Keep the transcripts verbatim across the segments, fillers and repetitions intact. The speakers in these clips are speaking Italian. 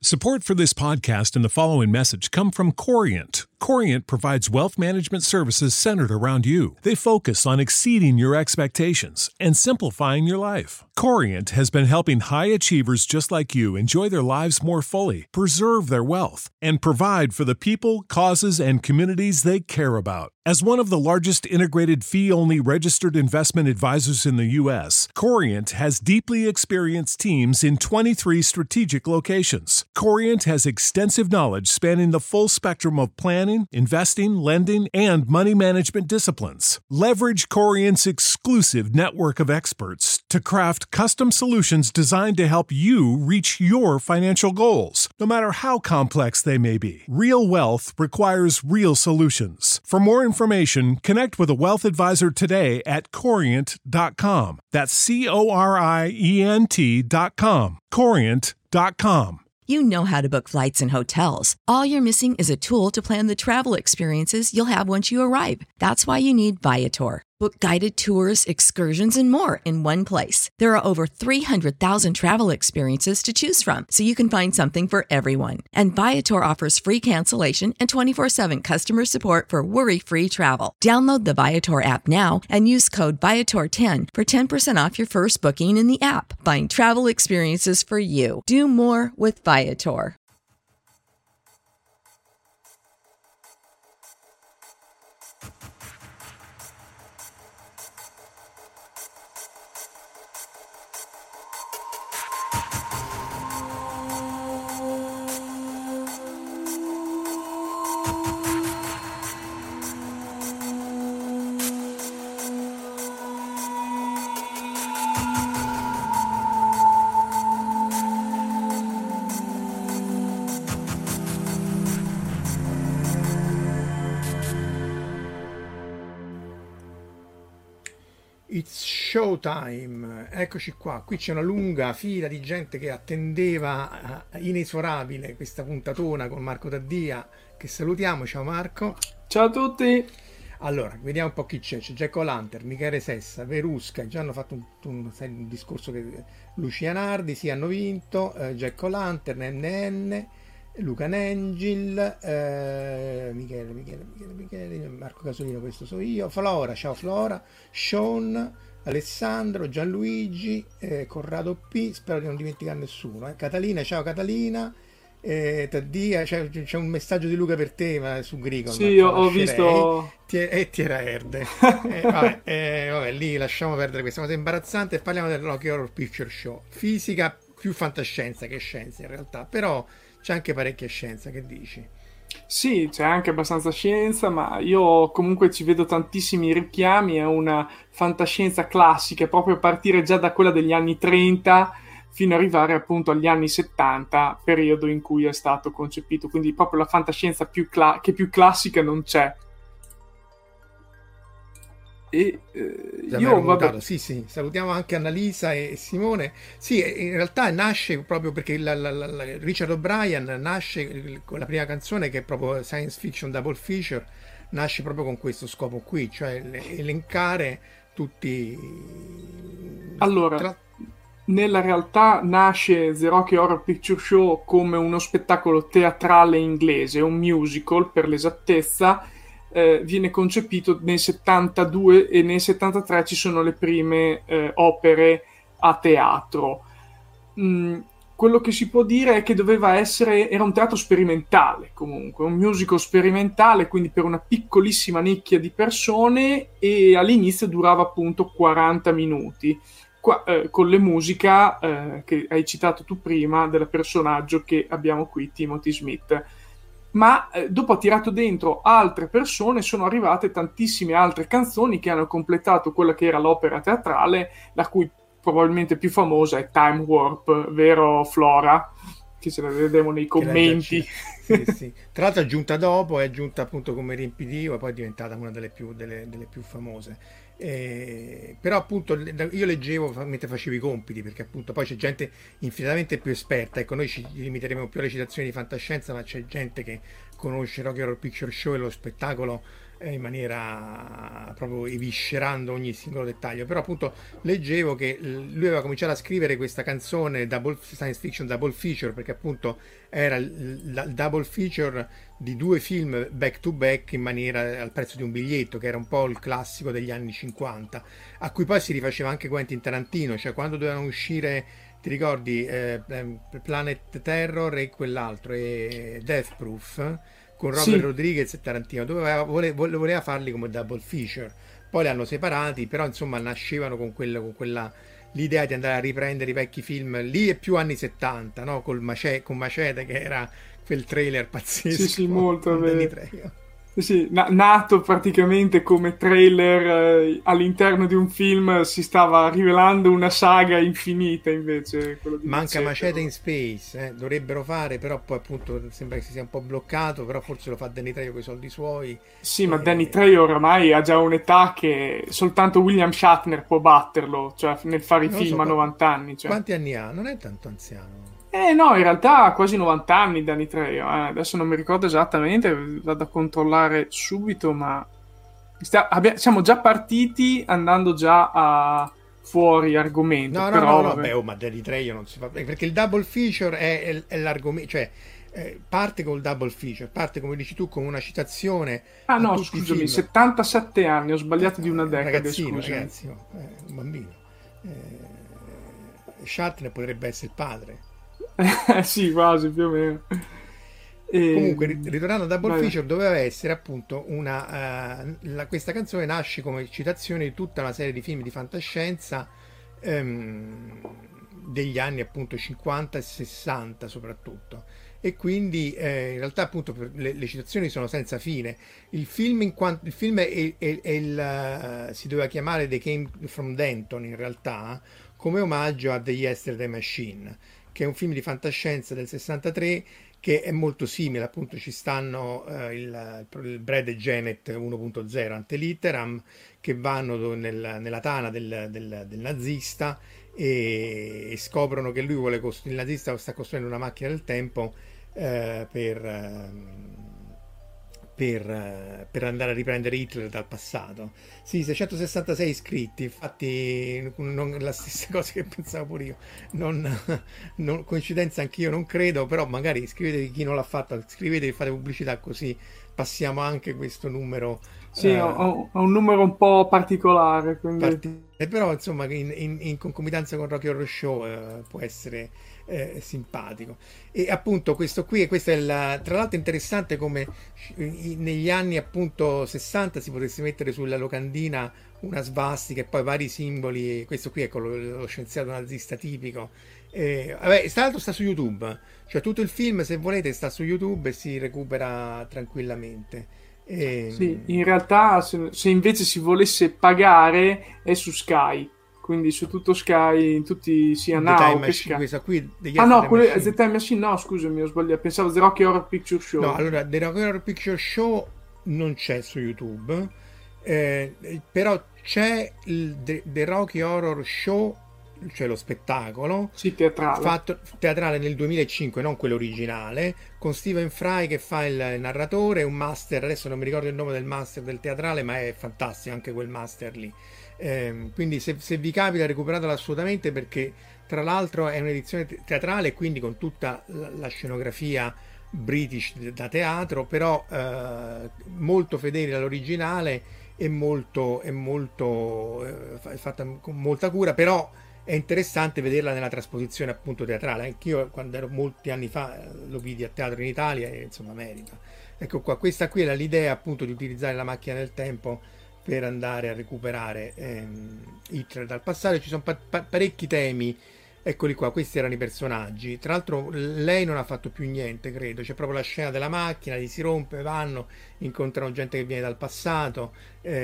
Support for this podcast and the following message come from Corient. Corient provides wealth management services centered around you. They focus on exceeding your expectations and simplifying your life. Corient has been helping high achievers just like you enjoy their lives more fully, preserve their wealth, and provide for the people, causes, and communities they care about. As one of the largest integrated fee-only registered investment advisors in the U S, Corient has deeply experienced teams in twenty-three strategic locations. Corient has extensive knowledge spanning the full spectrum of planning, investing, lending, and money management disciplines. Leverage Corient's exclusive network of experts to craft custom solutions designed to help you reach your financial goals, no matter how complex they may be. Real wealth requires real solutions. For more information, connect with a wealth advisor today at corient dot com. That's C O R I E N T dot com. corient dot com. You know how to book flights and hotels. All you're missing is a tool to plan the travel experiences you'll have once you arrive. That's why you need Viator. Book guided tours, excursions, and more in one place. There are over three hundred thousand travel experiences to choose from, so you can find something for everyone. And Viator offers free cancellation and twenty-four seven customer support for worry-free travel. Download the Viator app now and use code Viator ten for ten percent off your first booking in the app. Find travel experiences for you. Do more with Viator. It's showtime, eccoci qua, qui c'è una lunga fila di gente che attendeva uh, inesorabile questa puntatona con Marco Taddia, che salutiamo. Ciao Marco. Ciao a tutti. Allora, vediamo un po' chi c'è. C'è Jack O'Lantern, Michele Sessa, Verusca, già hanno fatto un, un, un discorso che Lucia Nardi, sì, hanno vinto, uh, Jack O'Lantern, N N, Luca Nengil, eh, Michele, Michele, Michele, Michele, Marco Casolino, questo so io, Flora, ciao Flora, Sean, Alessandro, Gianluigi, eh, Corrado P, spero di non dimenticare nessuno, eh. Catalina, ciao Catalina, eh, Taddia, c'è, c'è un messaggio di Luca per te ma su Gricon. Sì, ho, ho visto... E Tiera Erde. eh, vabbè, eh, vabbè, lì lasciamo perdere questa cosa imbarazzante e parliamo del Rocky Horror Picture Show. Fisica più fantascienza che scienza in realtà, però c'è anche parecchia scienza, che dici? Sì, c'è anche abbastanza scienza, ma io comunque ci vedo tantissimi richiami a una fantascienza classica, proprio a partire già da quella degli anni trenta fino ad arrivare appunto agli anni settanta, periodo in cui è stato concepito, quindi proprio la fantascienza più cla- che più classica non c'è. E eh, io vabbè. Sì, sì, salutiamo anche Annalisa e Simone. Sì, in realtà nasce proprio perché la, la, la, Richard O'Brien nasce con la prima canzone, che è proprio Science Fiction Double Feature, nasce proprio con questo scopo qui, cioè elencare tutti. Allora, tra... nella realtà nasce The Rocky Horror Picture Show come uno spettacolo teatrale inglese, un musical per l'esattezza. Eh, viene concepito nel settantadue e nel settantatré ci sono le prime eh, opere a teatro. Mm, quello che si può dire è che doveva essere, era un teatro sperimentale comunque, un musical sperimentale, quindi per una piccolissima nicchia di persone, e all'inizio durava appunto quaranta minuti, qua, eh, con le musica eh, che hai citato tu prima del personaggio che abbiamo qui, Timothy Smith. Ma eh, dopo ha tirato dentro altre persone, sono arrivate tantissime altre canzoni che hanno completato quella che era l'opera teatrale, la cui probabilmente più famosa è Time Warp, vero Flora? Che se la vedremo nei commenti. Sì, sì. Tra l'altro è giunta dopo, è giunta appunto come riempitivo e poi è diventata una delle più, delle, delle più famose. Eh, però appunto io leggevo mentre facevo i compiti, perché appunto poi c'è gente infinitamente più esperta, ecco, noi ci limiteremo più alle citazioni di fantascienza, ma c'è gente che conosce Rocky Horror Picture Show e lo spettacolo in maniera proprio eviscerando ogni singolo dettaglio. Però appunto leggevo che lui aveva cominciato a scrivere questa canzone double, science fiction double feature, perché appunto era il, il double feature di due film back to back in maniera al prezzo di un biglietto, che era un po' il classico degli anni cinquanta, a cui poi si rifaceva anche Quentin Tarantino, cioè quando dovevano uscire, ti ricordi, eh, Planet Terror e quell'altro, e Death Proof, con Robert sì. Rodriguez e Tarantino, doveva, vole, voleva farli come double feature, poi li hanno separati, però insomma nascevano con, quello, con quella l'idea di andare a riprendere i vecchi film lì e più anni settanta, no? Col Mace, con Macete, che era quel trailer pazzesco. Sì, sì, molto bene. Sì, na- nato praticamente come trailer eh, all'interno di un film, si stava rivelando una saga infinita invece. Quello di Manca Macete in Space, eh? Dovrebbero fare, però poi appunto sembra che si sia un po' bloccato, però forse lo fa Danny Trejo con i soldi suoi. Sì, e... ma Danny Trejo oramai ha già un'età che soltanto William Shatner può batterlo, cioè nel fare i non film so, a novanta anni. Cioè. Quanti anni ha? Non è tanto anziano. Eh no, in realtà ha quasi novanta anni Danny Trejo, eh. Adesso non mi ricordo esattamente, vado a controllare subito, ma Sta, abbia, siamo già partiti andando già a fuori argomento. No, però, no, no, no beh, oh, ma Danny Trejo non si fa, perché il double feature è, è, è l'argomento, cioè eh, parte col double feature, parte come dici tu con una citazione. Ah no, scusami, settantasette anni, ho sbagliato eh, di una decada. Ragazzino, ragazzi, oh, eh, un bambino. Eh, Shatner potrebbe essere il padre. Eh, sì, quasi più o meno. E... Comunque, ritornando a Double Vai. Feature, doveva essere appunto una. Uh, la, questa canzone nasce come citazione di tutta una serie di film di fantascienza um, degli anni appunto cinquanta e sessanta soprattutto. E quindi eh, in realtà appunto le, le citazioni sono senza fine. Il film, in quanto, il film è, è, è il, uh, si doveva chiamare The Came from Denton in realtà, come omaggio a The Yesterday Machine, che è un film di fantascienza del sessantatré che è molto simile, appunto ci stanno uh, il, il Brad e Janet uno punto zero ante litteram, che vanno nel, nella tana del, del, del nazista e, e scoprono che lui vuole costru- il nazista sta costruendo una macchina del tempo uh, per, uh, per, uh, per andare a riprendere Hitler dal passato. Sì, seicentosessantasei iscritti, infatti non la stessa cosa che pensavo pure io, non, non, coincidenza anch'io non credo, però magari scrivetevi chi non l'ha fatto, scrivetevi, fate pubblicità, così passiamo anche questo numero. Sì, eh, ho, ho un numero un po' particolare, quindi... Parti- però insomma in, in, in concomitanza con Rocky Horror Show eh, può essere eh, simpatico. E appunto questo qui, questo è la, tra l'altro interessante come negli anni appunto sessanta si potesse mettere sulla locandina una svastica e poi vari simboli. Questo qui è lo, lo scienziato nazista tipico. Eh, vabbè, tra l'altro sta su YouTube, cioè tutto il film, se volete, sta su YouTube e si recupera tranquillamente. E... Sì, in realtà se, se invece si volesse pagare è su Sky, quindi su tutto Sky, in tutti sia The Now Time che Machine, questa qui, ah no, quello, The Time Machine no, scusami, ho sbagliato, pensavo The Rocky Horror Picture Show. No, allora The Rocky Horror Picture Show non c'è su YouTube, eh, però c'è il The, The Rocky Horror Show, cioè lo spettacolo, sì, teatrale. Fatto teatrale nel duemilacinque, non quello originale, con Stephen Fry che fa il narratore, un master, adesso non mi ricordo il nome del master del teatrale, ma è fantastico anche quel master lì. Eh, quindi se, se vi capita recuperatelo assolutamente, perché tra l'altro è un'edizione teatrale, quindi con tutta la, la scenografia british da teatro, però eh, molto fedele all'originale e molto, è molto eh, fatta con molta cura, però è interessante vederla nella trasposizione appunto teatrale. Anch'io quando ero molti anni fa lo vidi a teatro in Italia e insomma merita. Ecco qua, questa qui era l'idea appunto di utilizzare la macchina del tempo per andare a recuperare ehm, Hitler dal passato. Ci sono pa- pa- parecchi temi, eccoli qua, questi erano i personaggi. Tra l'altro lei non ha fatto più niente, credo, c'è proprio la scena della macchina, gli si rompe, vanno, incontrano gente che viene dal passato,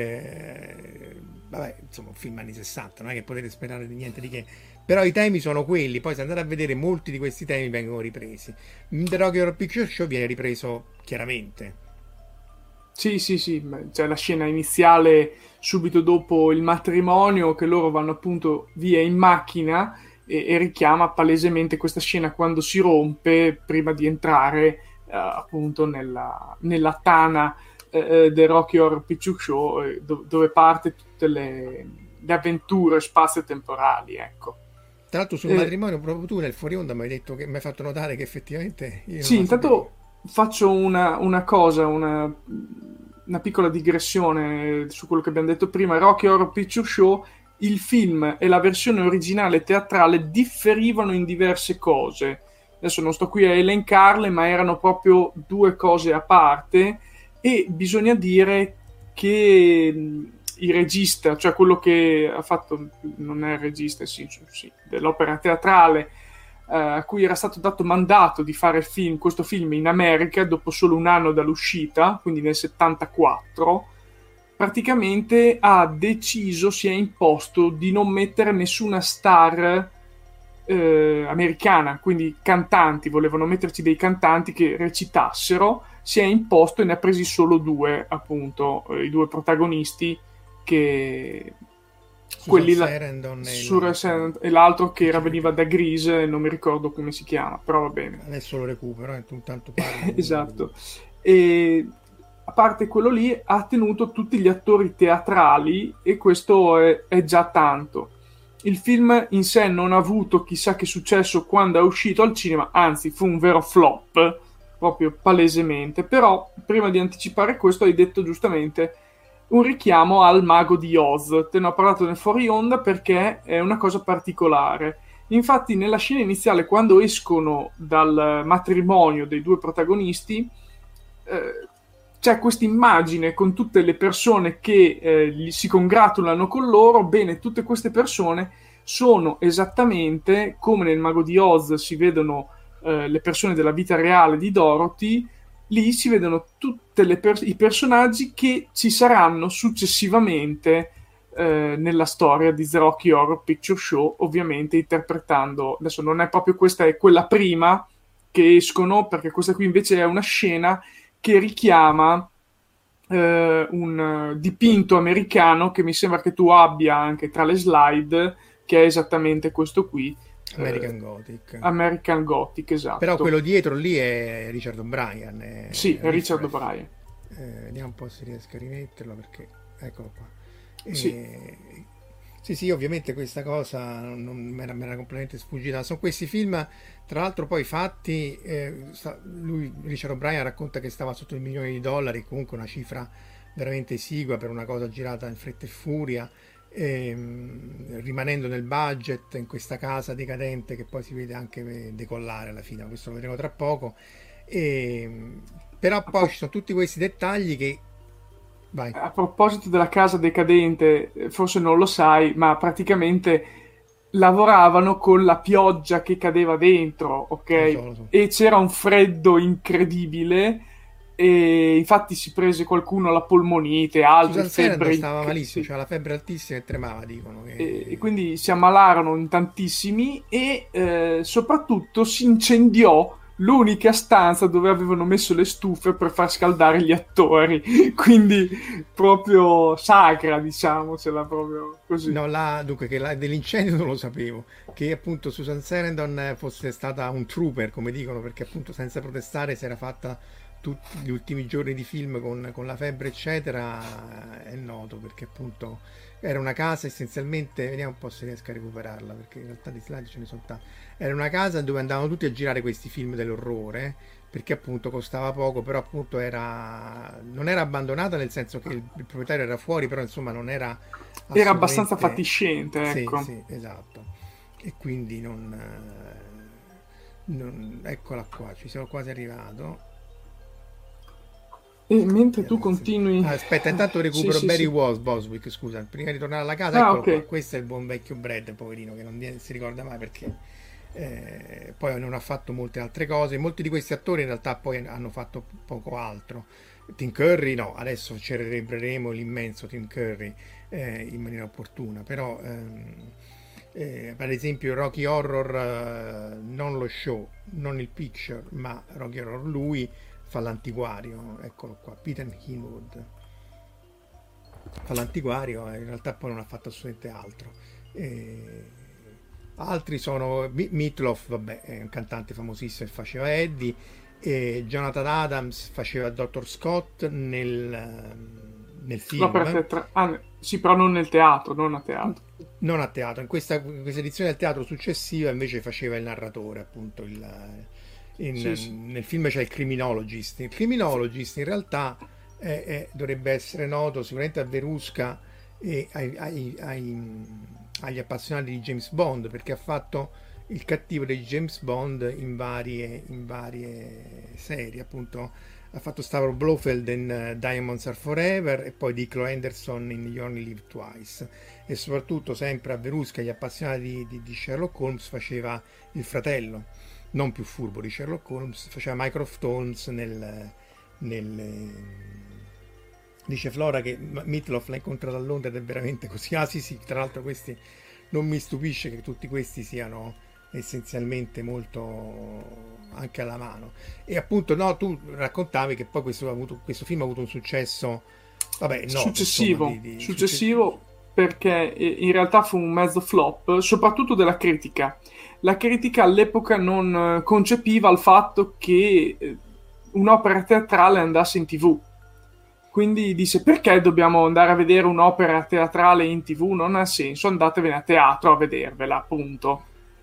eh, vabbè, insomma un film anni sessanta, non è che potete sperare di niente di che, però i temi sono quelli. Poi se andate a vedere, molti di questi temi vengono ripresi. The Rocky Horror Picture Show viene ripreso chiaramente. Sì, sì, sì, c'è la scena iniziale subito dopo il matrimonio, che loro vanno appunto via in macchina, e, e richiama palesemente questa scena quando si rompe prima di entrare eh, appunto nella, nella tana eh, The Rocky Horror Picture Show, eh, do- dove parte tutte le, le avventure spazio-temporali, ecco. Tra l'altro sul Eh, matrimonio, proprio tu nel fuori onda mi hai detto che mi hai fatto notare che effettivamente io non Sì, la sapevo. intanto faccio una, una cosa, una, una piccola digressione su quello che abbiamo detto prima. Rocky Horror Picture Show, il film e la versione originale teatrale differivano in diverse cose. Adesso non sto qui a elencarle, ma erano proprio due cose a parte, e bisogna dire che mh, il regista, cioè quello che ha fatto, non è il regista, sì, sì, dell'opera teatrale, eh, a cui era stato dato mandato di fare il film, questo film in America dopo solo un anno dall'uscita, quindi nel settantaquattro, praticamente ha deciso, si è imposto di non mettere nessuna star eh, americana, quindi cantanti, volevano metterci dei cantanti che recitassero, si è imposto e ne ha presi solo due, appunto, eh, i due protagonisti, che Susan quelli là, Sarandon e Susan l'altro. Sarandon e l'altro che era, Sì, veniva da Grease, non mi ricordo come si chiama, però va bene. adesso lo recupero, eh, tu intanto parli. Esatto. E a parte quello lì, ha tenuto tutti gli attori teatrali, e questo è, è già tanto. Il film in sé non ha avuto chissà che successo quando è uscito al cinema, anzi fu un vero flop, proprio palesemente. Però prima di anticipare questo hai detto giustamente un richiamo al Mago di Oz. Te ne ho parlato nel fuori onda perché è una cosa particolare. Infatti nella scena iniziale, quando escono dal matrimonio dei due protagonisti, eh, c'è questa immagine con tutte le persone che eh, gli si congratulano con loro. Bene, tutte queste persone sono esattamente come nel Mago di Oz si vedono eh, le persone della vita reale di Dorothy. Lì si vedono tutti per- i personaggi che ci saranno successivamente eh, nella storia di The Rocky Horror Picture Show, ovviamente interpretando, adesso non è proprio questa, è quella prima che escono, perché questa qui invece è una scena che richiama eh, un dipinto americano che mi sembra che tu abbia anche tra le slide, che è esattamente questo qui. American eh, Gothic. American Gothic, esatto. Però quello dietro lì è Richard O'Brien. È, sì, è Richard Riff Raff. O'Brien. Eh, vediamo un po' se riesco a rimetterlo, perché eccolo qua. E... Sì. Sì, sì, ovviamente questa cosa non mi era, mi era completamente sfuggita. Sono questi film, tra l'altro, poi fatti. Eh, sta- lui, Richard O'Brien, racconta che stava sotto il milione di dollari, comunque una cifra veramente esigua per una cosa girata in fretta e furia, ehm, rimanendo nel budget in questa casa decadente che poi si vede anche decollare alla fine. Questo lo vedremo tra poco. E, però poi ci sono tutti questi dettagli che. Vai. A proposito della casa decadente, forse non lo sai, ma praticamente lavoravano con la pioggia che cadeva dentro, ok? Lo so, lo so. E c'era un freddo incredibile, e infatti si prese qualcuno la polmonite, altri Susan Sarandon febbre stava inc- malissimo, sì. c'era la febbre altissima e tremava, dicono. Che... E, e quindi si ammalarono in tantissimi, e eh, soprattutto si incendiò l'unica stanza dove avevano messo le stufe per far scaldare gli attori, quindi proprio sacra, diciamocela, proprio così. No, là, dunque, che la, dell'incendio non lo sapevo, che appunto Susan Sarandon fosse stata un trooper, come dicono, perché appunto senza protestare si era fatta tutti gli ultimi giorni di film con, con la febbre eccetera. È noto, perché appunto era una casa essenzialmente, vediamo un po' se riesco a recuperarla, perché in realtà di slide ce ne sono tanti. Era una casa dove andavano tutti a girare questi film dell'orrore, perché appunto costava poco, però appunto era non era abbandonata, nel senso che il, il proprietario era fuori, però insomma non era assolutamente... Era abbastanza fatiscente, ecco. Sì, sì, esatto. E quindi non, non... eccola qua, ci sono quasi arrivato. E mentre tu continui... Ah, aspetta, intanto recupero sì, sì, Barry sì. Walls, Boswick, scusa, prima di tornare alla casa, Ah, eccolo ok. qua. Questo è il buon vecchio Brad, poverino, che non si ricorda mai, perché eh, poi non ha fatto molte altre cose. Molti di questi attori in realtà poi hanno fatto poco altro. Tim Curry no, adesso celebreremo l'immenso Tim Curry eh, in maniera opportuna, però ehm, eh, per esempio Rocky Horror, eh, non lo show, non il picture, ma Rocky Horror lui fa l'antiquario, eccolo qua, Peter Hinwood fa l'antiquario, in realtà poi non ha fatto assolutamente altro. E altri sono Meatloaf, vabbè, è un cantante famosissimo che faceva Eddie, e Jonathan Adams faceva Doctor Scott nel, nel film. L'opera teatra- ah, sì, però non nel teatro, non a teatro. Non a teatro, in questa, in questa edizione del teatro successiva invece faceva il narratore, appunto il, in, Sì, sì. nel film c'è il criminologist. Il criminologist in realtà è, è- dovrebbe essere noto sicuramente a Verusca e ai- ai- ai- agli appassionati di James Bond, perché ha fatto il cattivo di James Bond in varie, in varie serie, appunto ha fatto Stavro Blofeld in eh, Diamonds Are Forever e poi Dick Henderson in You Only Live Twice, e soprattutto sempre a Verusca gli appassionati di, di- di Sherlock Holmes faceva il fratello non più furbo di Sherlock Holmes, faceva Mycroft Holmes nel, nel dice Flora che Meatloaf l'ha incontrato a Londra ed è veramente così. Ah sì sì, tra l'altro questi non mi stupisce che tutti questi siano essenzialmente molto anche alla mano. E appunto no, tu raccontavi che poi questo, ha avuto, questo film ha avuto un successo vabbè noto, successivo, insomma, di, di, successivo perché eh, in realtà fu un mezzo flop, soprattutto della critica. La critica all'epoca non eh, concepiva il fatto che eh, un'opera teatrale andasse in tv. Quindi disse: perché dobbiamo andare a vedere un'opera teatrale in tv? Non ha senso, andatevene a teatro a vedervela, appunto.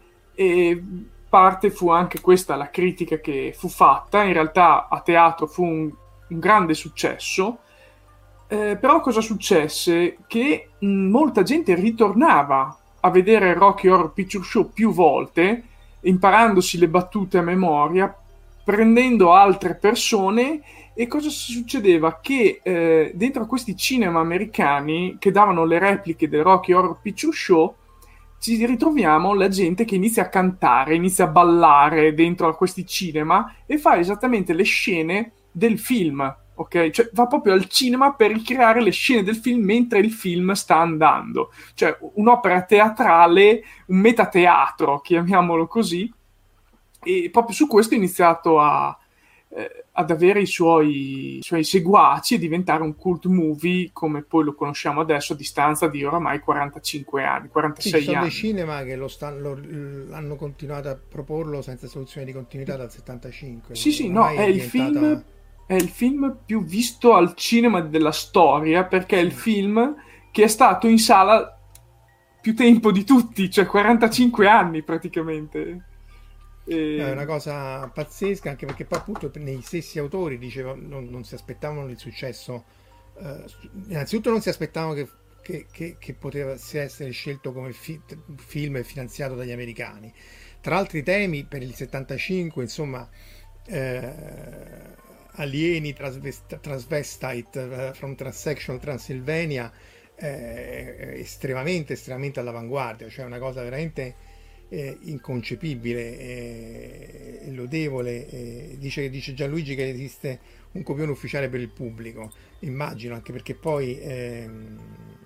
E parte fu anche questa la critica che fu fatta. In realtà a teatro fu un, un grande successo. Eh, però cosa successe? Che mh, molta gente ritornava a vedere Rocky Horror Picture Show più volte, imparandosi le battute a memoria, prendendo altre persone. E cosa succedeva? Che eh, dentro a questi cinema americani che davano le repliche del Rocky Horror Picture Show ci ritroviamo la gente che inizia a cantare, inizia a ballare dentro a questi cinema e fa esattamente le scene del film, ok? Cioè va proprio al cinema per ricreare le scene del film mentre il film sta andando. Cioè un'opera teatrale, un metateatro, chiamiamolo così. E proprio su questo è iniziato a eh, ad avere i suoi, i suoi seguaci e diventare un cult movie come poi lo conosciamo adesso a distanza di oramai quarantacinque anni, quarantasei sì, ci sono anni. dei cinema che lo stanno, lo, hanno continuato a proporlo senza soluzione di continuità dal settantacinque. Sì, sì, no, è, è, diventata... il film, è il film più visto al cinema della storia, perché sì. È il film che è stato in sala più tempo di tutti, cioè quarantacinque anni praticamente. E... È una cosa pazzesca, anche perché poi appunto nei stessi autori dicevano non, non si aspettavano il successo. Uh, innanzitutto non si aspettavano che, che, che, che potesse essere scelto come fi- film finanziato dagli americani. Tra altri temi, per il settantacinque, insomma, eh, alieni, transvest- transvestite uh, from Transsexual Transylvania, eh, estremamente, estremamente all'avanguardia, cioè una cosa veramente Eh, inconcepibile e eh, lodevole. Eh, dice, dice Gianluigi che esiste un copione ufficiale per il pubblico, immagino, anche perché poi ehm,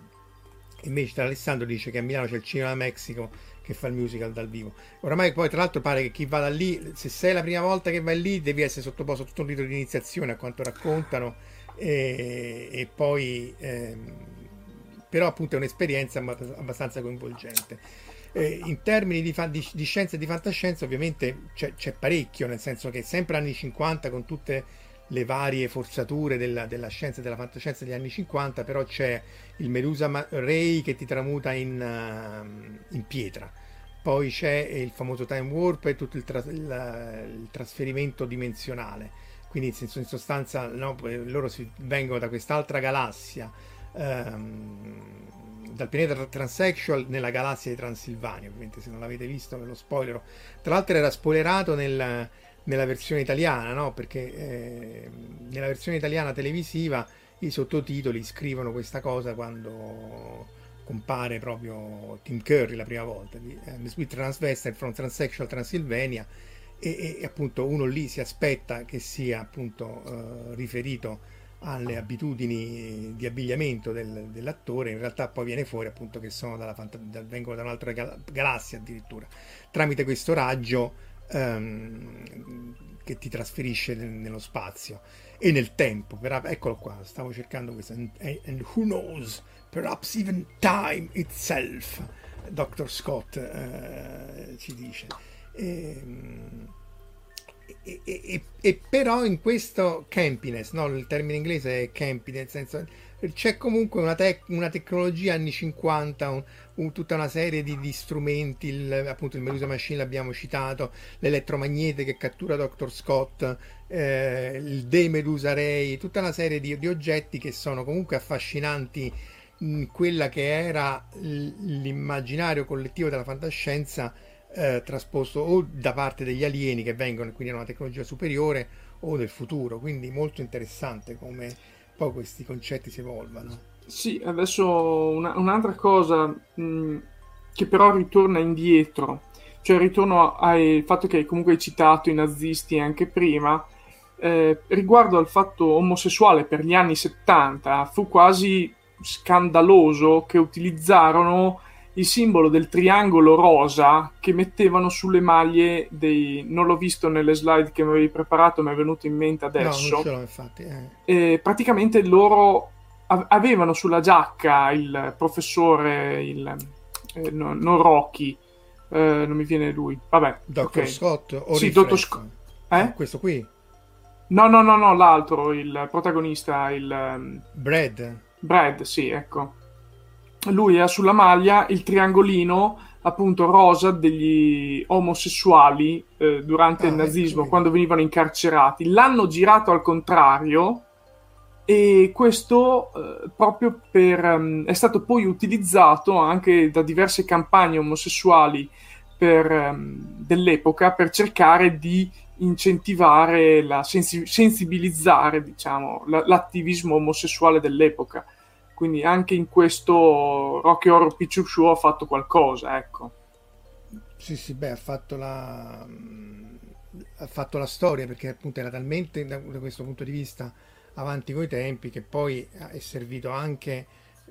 invece Alessandro dice che a Milano c'è il Cinema Mexico che fa il musical dal vivo. Oramai poi tra l'altro pare che chi vada lì, se sei la prima volta che vai lì, devi essere sottoposto a tutto un rito di iniziazione, a quanto raccontano, e, e poi ehm, però appunto è un'esperienza abbastanza coinvolgente. Eh, in termini di, fa- di, di scienza e di fantascienza ovviamente c'è, c'è parecchio, nel senso che sempre anni cinquanta, con tutte le varie forzature della, della scienza e della fantascienza degli anni cinquanta, però c'è il Medusa Ray che ti tramuta in, uh, in pietra, poi c'è il famoso time warp e tutto il, tra- il, il trasferimento dimensionale, quindi in sostanza no, loro si vengono da quest'altra galassia, um, dal pianeta Transsexual nella galassia di Transilvania. Ovviamente se non l'avete visto ve lo spoilerò, tra l'altro era spoilerato nel, nella versione italiana, no? Perché eh, nella versione italiana televisiva i sottotitoli scrivono questa cosa quando compare proprio Tim Curry la prima volta, uh, Sweet Transvestite from Transsexual Transylvania, e, e appunto uno lì si aspetta che sia appunto uh, riferito alle abitudini di abbigliamento del, dell'attore. In realtà poi viene fuori appunto che sono dalla fant- da, vengono da un'altra gal- galassia addirittura, tramite questo raggio um, che ti trasferisce nel, nello spazio e nel tempo. Però, eccolo qua, stavo cercando questo, and, and who knows, perhaps even time itself, doctor Scott uh, ci dice. E, e, e, e però in questo campiness, no? Il termine inglese è campy, nel senso c'è comunque una, tec- una tecnologia anni cinquanta, un, un, tutta una serie di, di strumenti, il, appunto il Medusa Machine l'abbiamo citato, l'elettromagnete che cattura doctor Scott, eh, il De Medusa Ray, tutta una serie di, di oggetti che sono comunque affascinanti in quella che era l'immaginario collettivo della fantascienza, eh, trasposto o da parte degli alieni che vengono e quindi hanno una tecnologia superiore, o del futuro. Quindi molto interessante come poi questi concetti si evolvano. Sì, adesso una, un'altra cosa mh, che però ritorna indietro, cioè ritorno al fatto che comunque hai citato i nazisti anche prima, eh, riguardo al fatto omosessuale per gli anni settanta, fu quasi scandaloso che utilizzarono il simbolo del triangolo rosa che mettevano sulle maglie dei... non l'ho visto nelle slide che mi avevi preparato, mi è venuto in mente adesso. No, non ce l'ho, infatti. Eh. E praticamente loro avevano sulla giacca il professore, il, eh, no, non Rocky, eh, non mi viene lui, vabbè. doctor Okay. Scott o sì, dottor Scott. Eh? Ah, questo qui? No, no, no, no, l'altro, il protagonista, il... Brad. Brad, sì, ecco. Lui ha sulla maglia il triangolino appunto rosa degli omosessuali eh, durante ah, il nazismo, ecco, quando venivano incarcerati. L'hanno girato al contrario e questo eh, proprio per um, è stato poi utilizzato anche da diverse campagne omosessuali per, um, dell'epoca per cercare di incentivare la sensi- sensibilizzare, diciamo, l- l'attivismo omosessuale dell'epoca. Quindi anche in questo Rocky Horror Picture Show ha fatto qualcosa, ecco. Sì, sì, beh, ha fatto la ha fatto la storia, perché appunto era talmente da, da questo punto di vista avanti coi tempi che poi è servito anche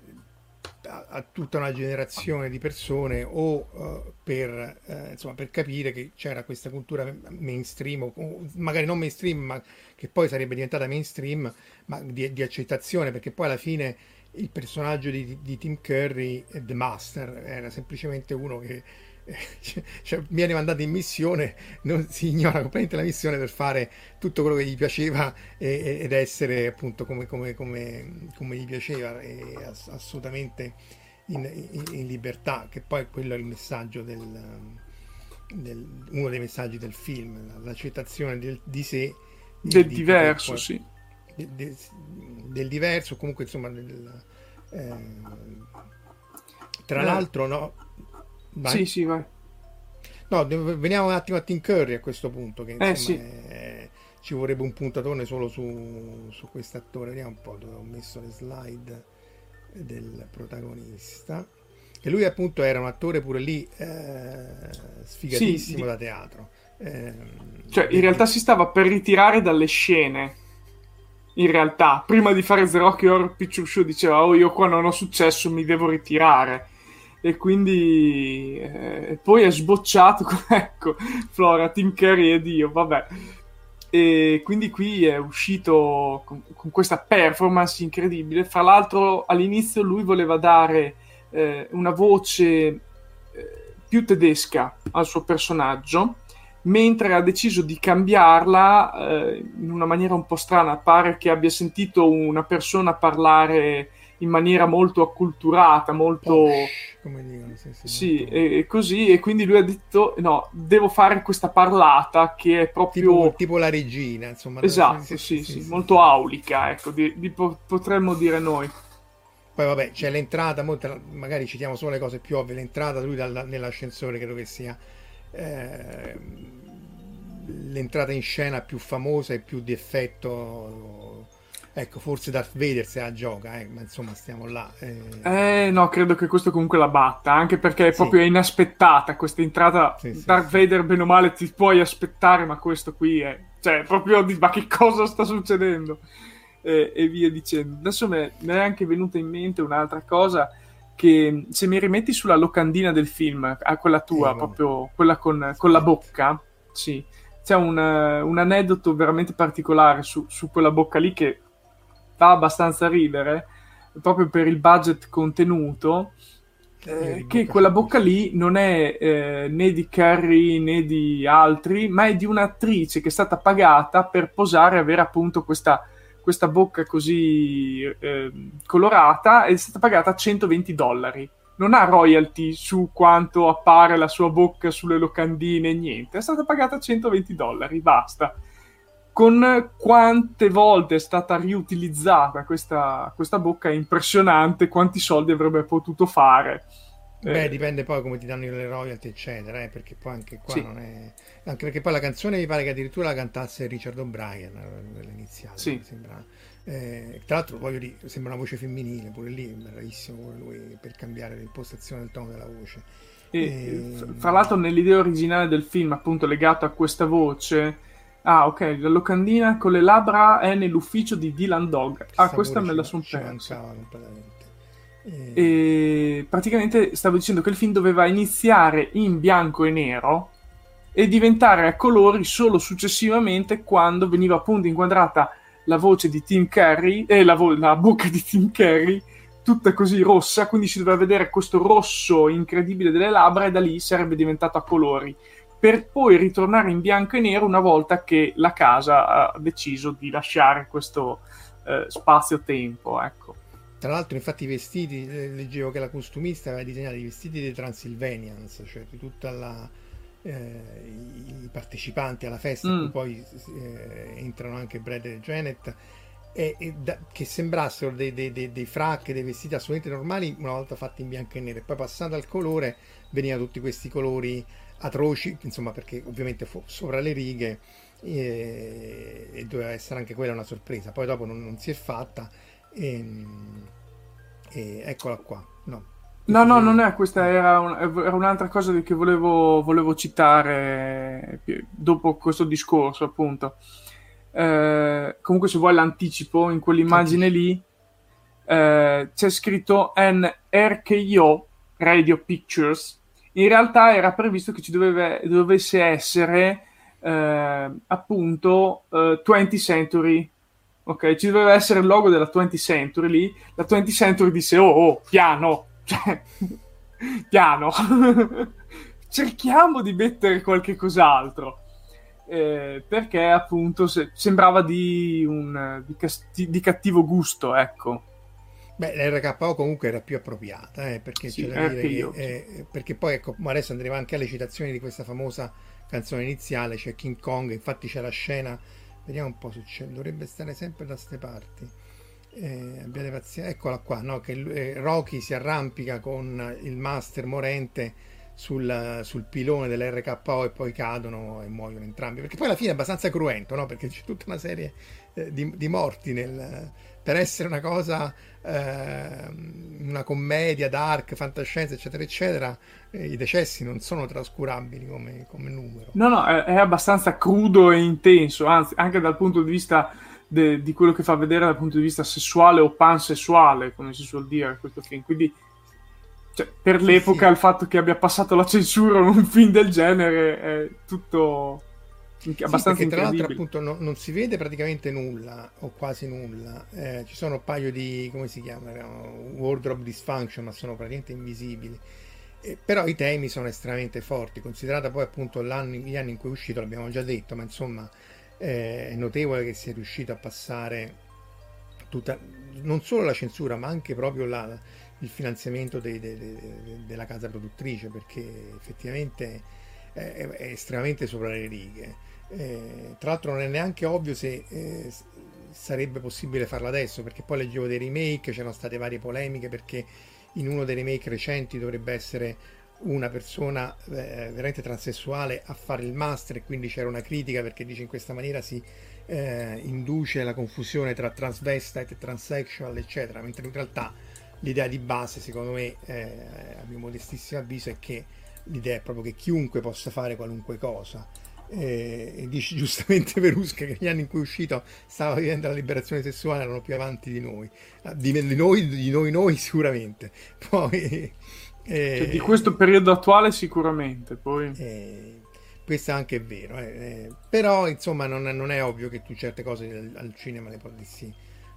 a, a tutta una generazione di persone o uh, per uh, insomma per capire che c'era questa cultura mainstream, o, o magari non mainstream, ma che poi sarebbe diventata mainstream, ma di, di accettazione, perché poi alla fine il personaggio di, di Tim Curry, The Master, era semplicemente uno che eh, cioè, viene mandato in missione, non si ignora completamente la missione per fare tutto quello che gli piaceva e, ed essere appunto come, come, come, come gli piaceva, e ass- assolutamente in, in, in libertà, che poi quello è il messaggio del, del uno dei messaggi del film, l'accettazione del, di sé, del di, diverso, di, sì. De, de, del diverso, comunque insomma del, eh, tra eh. l'altro no vai. sì sì vai no veniamo un attimo a Tim Curry a questo punto, che insomma eh, sì. è, ci vorrebbe un puntatone solo su, su quest'attore. Vediamo un po' dove ho messo le slide del protagonista, che lui appunto era un attore pure lì eh, sfigatissimo, sì, da teatro, eh, cioè in realtà si stava per ritirare dalle scene. In realtà, prima di fare The Rocky Horror Picture Show diceva: oh, io qua non ho successo, mi devo ritirare. E quindi eh, poi è sbocciato, ecco, Flora, Tim Curry ed io, vabbè. E quindi qui è uscito con, con questa performance incredibile. Fra l'altro all'inizio lui voleva dare eh, una voce eh, più tedesca al suo personaggio, mentre ha deciso di cambiarla eh, in una maniera un po' strana. Pare che abbia sentito una persona parlare in maniera molto acculturata, molto... Posh, come dicono, sì, sì, sì molto... e, e così, e quindi lui ha detto no, devo fare questa parlata che è proprio... Tipo, tipo la regina, insomma. Esatto, sì, sì, sì, sì, sì molto sì. aulica, ecco, di, di, potremmo dire noi. Poi vabbè, c'è l'entrata, magari citiamo solo le cose più ovvie, l'entrata lui dal, nell'ascensore credo che sia... Eh, l'entrata in scena più famosa e più di effetto, ecco, forse Darth Vader se la gioca, eh, ma insomma stiamo là. Eh... eh no, credo che questo comunque la batta, anche perché è sì. proprio inaspettata questa entrata. Sì, sì, Darth sì. Vader bene o male ti puoi aspettare, ma questo qui è, cioè, proprio di ma che cosa sta succedendo? Eh, e via dicendo. Adesso mi è anche venuta in mente un'altra cosa, che se mi rimetti sulla locandina del film, a quella tua, eh, proprio quella con, con la bocca, sì, c'è un, un aneddoto veramente particolare su, su quella bocca lì che fa abbastanza ridere, proprio per il budget contenuto. eh, che quella bocca lì non è eh, né di Carrie né di altri, ma è di un'attrice che è stata pagata per posare e avere appunto questa, questa bocca così eh, colorata, è stata pagata centoventi dollari. Non ha royalty su quanto appare la sua bocca sulle locandine, niente, è stata pagata centoventi dollari, basta. Con quante volte è stata riutilizzata questa, questa bocca è impressionante quanti soldi avrebbe potuto fare. Beh, eh, dipende poi come ti danno le royalty, eccetera, eh, perché poi anche qua sì. non è... Anche perché poi la canzone mi pare che addirittura la cantasse Richard O'Brien, nell'iniziale, sì. sembra. Eh, tra l'altro, voglio dire, sembra una voce femminile, pure lì, bravissimo pure lui per cambiare l'impostazione del tono della voce. E, E... fra l'altro nell'idea originale del film, appunto legato a questa voce... Ah, ok, la locandina con le labbra è nell'ufficio di Dylan Dog. Ah, questa me la son persa. E... e praticamente stavo dicendo che il film doveva iniziare in bianco e nero e diventare a colori solo successivamente, quando veniva appunto inquadrata la voce di Tim Curry e eh, la, vo- la bocca di Tim Curry tutta così rossa, quindi si doveva vedere questo rosso incredibile delle labbra, e da lì sarebbe diventato a colori, per poi ritornare in bianco e nero una volta che la casa ha deciso di lasciare questo eh, spazio-tempo, ecco. Tra l'altro, infatti, i vestiti, eh, leggevo che la costumista aveva disegnato i vestiti dei Transylvanians, cioè di tutta la eh, i partecipanti alla festa, mm. in cui poi eh, entrano anche Brad e Janet, e, e da, che sembrassero dei, dei, dei, dei frac, dei vestiti assolutamente normali una volta fatti in bianco e nero, e poi passando al colore venivano tutti questi colori atroci, insomma, perché ovviamente fu sopra le righe, e, e doveva essere anche quella una sorpresa. Poi dopo non, non si è fatta, e, e eccola qua. No, no, no, non è questa, era, un, era un'altra cosa che volevo, volevo citare dopo questo discorso, appunto. Eh, comunque, se vuoi l'anticipo, in quell'immagine lì eh, c'è scritto N R K O Radio Pictures. In realtà era previsto che ci doveva, dovesse essere eh, appunto eh, twentieth Century, ok? Ci doveva essere il logo della twentieth Century lì. La twentieth Century disse oh, oh piano, cioè, piano, cerchiamo di mettere qualche cos'altro, eh, perché appunto se, sembrava di, un, di, casti- di cattivo gusto, ecco. Beh, l'R K O comunque era più appropriata, eh, perché sì, c'è da dire che, io, eh, sì. perché poi ecco, adesso andremo anche alle citazioni di questa famosa canzone iniziale, c'è King Kong, infatti c'è la scena, vediamo un po' se c'è, dovrebbe stare sempre da ste parti, eh, abbiate pazienza, eccola qua, no? Che eh, Rocky si arrampica con il master morente sul, sul pilone dell'R K O e poi cadono e muoiono entrambi, perché poi alla fine è abbastanza cruento, no? Perché c'è tutta una serie eh, di, di morti nel... per essere una cosa, eh, una commedia dark, fantascienza, eccetera, eccetera, eh, i decessi non sono trascurabili come, come numero. No, no, è, è abbastanza crudo e intenso, anzi, anche dal punto di vista de, di quello che fa vedere dal punto di vista sessuale o pansessuale, come si suol dire questo film. Quindi, cioè, per l'epoca, sì, il fatto che abbia passato la censura in un film del genere è tutto... abbastanza sì, perché tra l'altro appunto no, non si vede praticamente nulla o quasi nulla, eh, ci sono un paio di, come si chiama, wardrobe dysfunction, ma sono praticamente invisibili, eh, però i temi sono estremamente forti, considerata poi appunto l'anno, gli anni in cui è uscito, l'abbiamo già detto, ma insomma eh, è notevole che sia riuscito a passare tutta, non solo la censura ma anche proprio la, il finanziamento de, de, de, de, della casa produttrice, perché effettivamente è, è estremamente sopra le righe. Eh, tra l'altro non è neanche ovvio se eh, sarebbe possibile farlo adesso, perché poi leggevo dei remake, c'erano state varie polemiche, perché in uno dei remake recenti dovrebbe essere una persona eh, veramente transessuale a fare il master, e quindi c'era una critica perché dice in questa maniera si eh, induce la confusione tra transvestite e transsexual, eccetera, mentre in realtà l'idea di base, secondo me, eh, a mio modestissimo avviso, è che l'idea è proprio che chiunque possa fare qualunque cosa. Eh, e dici giustamente Verusca che negli anni in cui è uscito stava vivendo la liberazione sessuale, erano più avanti di noi, di, di noi, di noi, noi sicuramente. Poi, eh, cioè, di questo periodo attuale sicuramente. Poi eh, questo anche è vero, eh, eh, però insomma non, non è ovvio che tu certe cose al, al cinema le potessi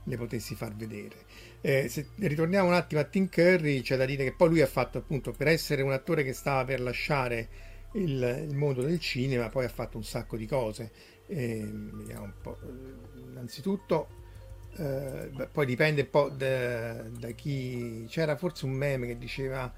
le potessi far vedere. Eh, se ritorniamo un attimo a Tim Curry, c'è da dire che poi lui ha fatto, appunto, per essere un attore che stava per lasciare il, il mondo del cinema, poi ha fatto un sacco di cose. Eh, vediamo un po'. Innanzitutto, eh, poi dipende un po' da, da chi. C'era forse un meme che diceva: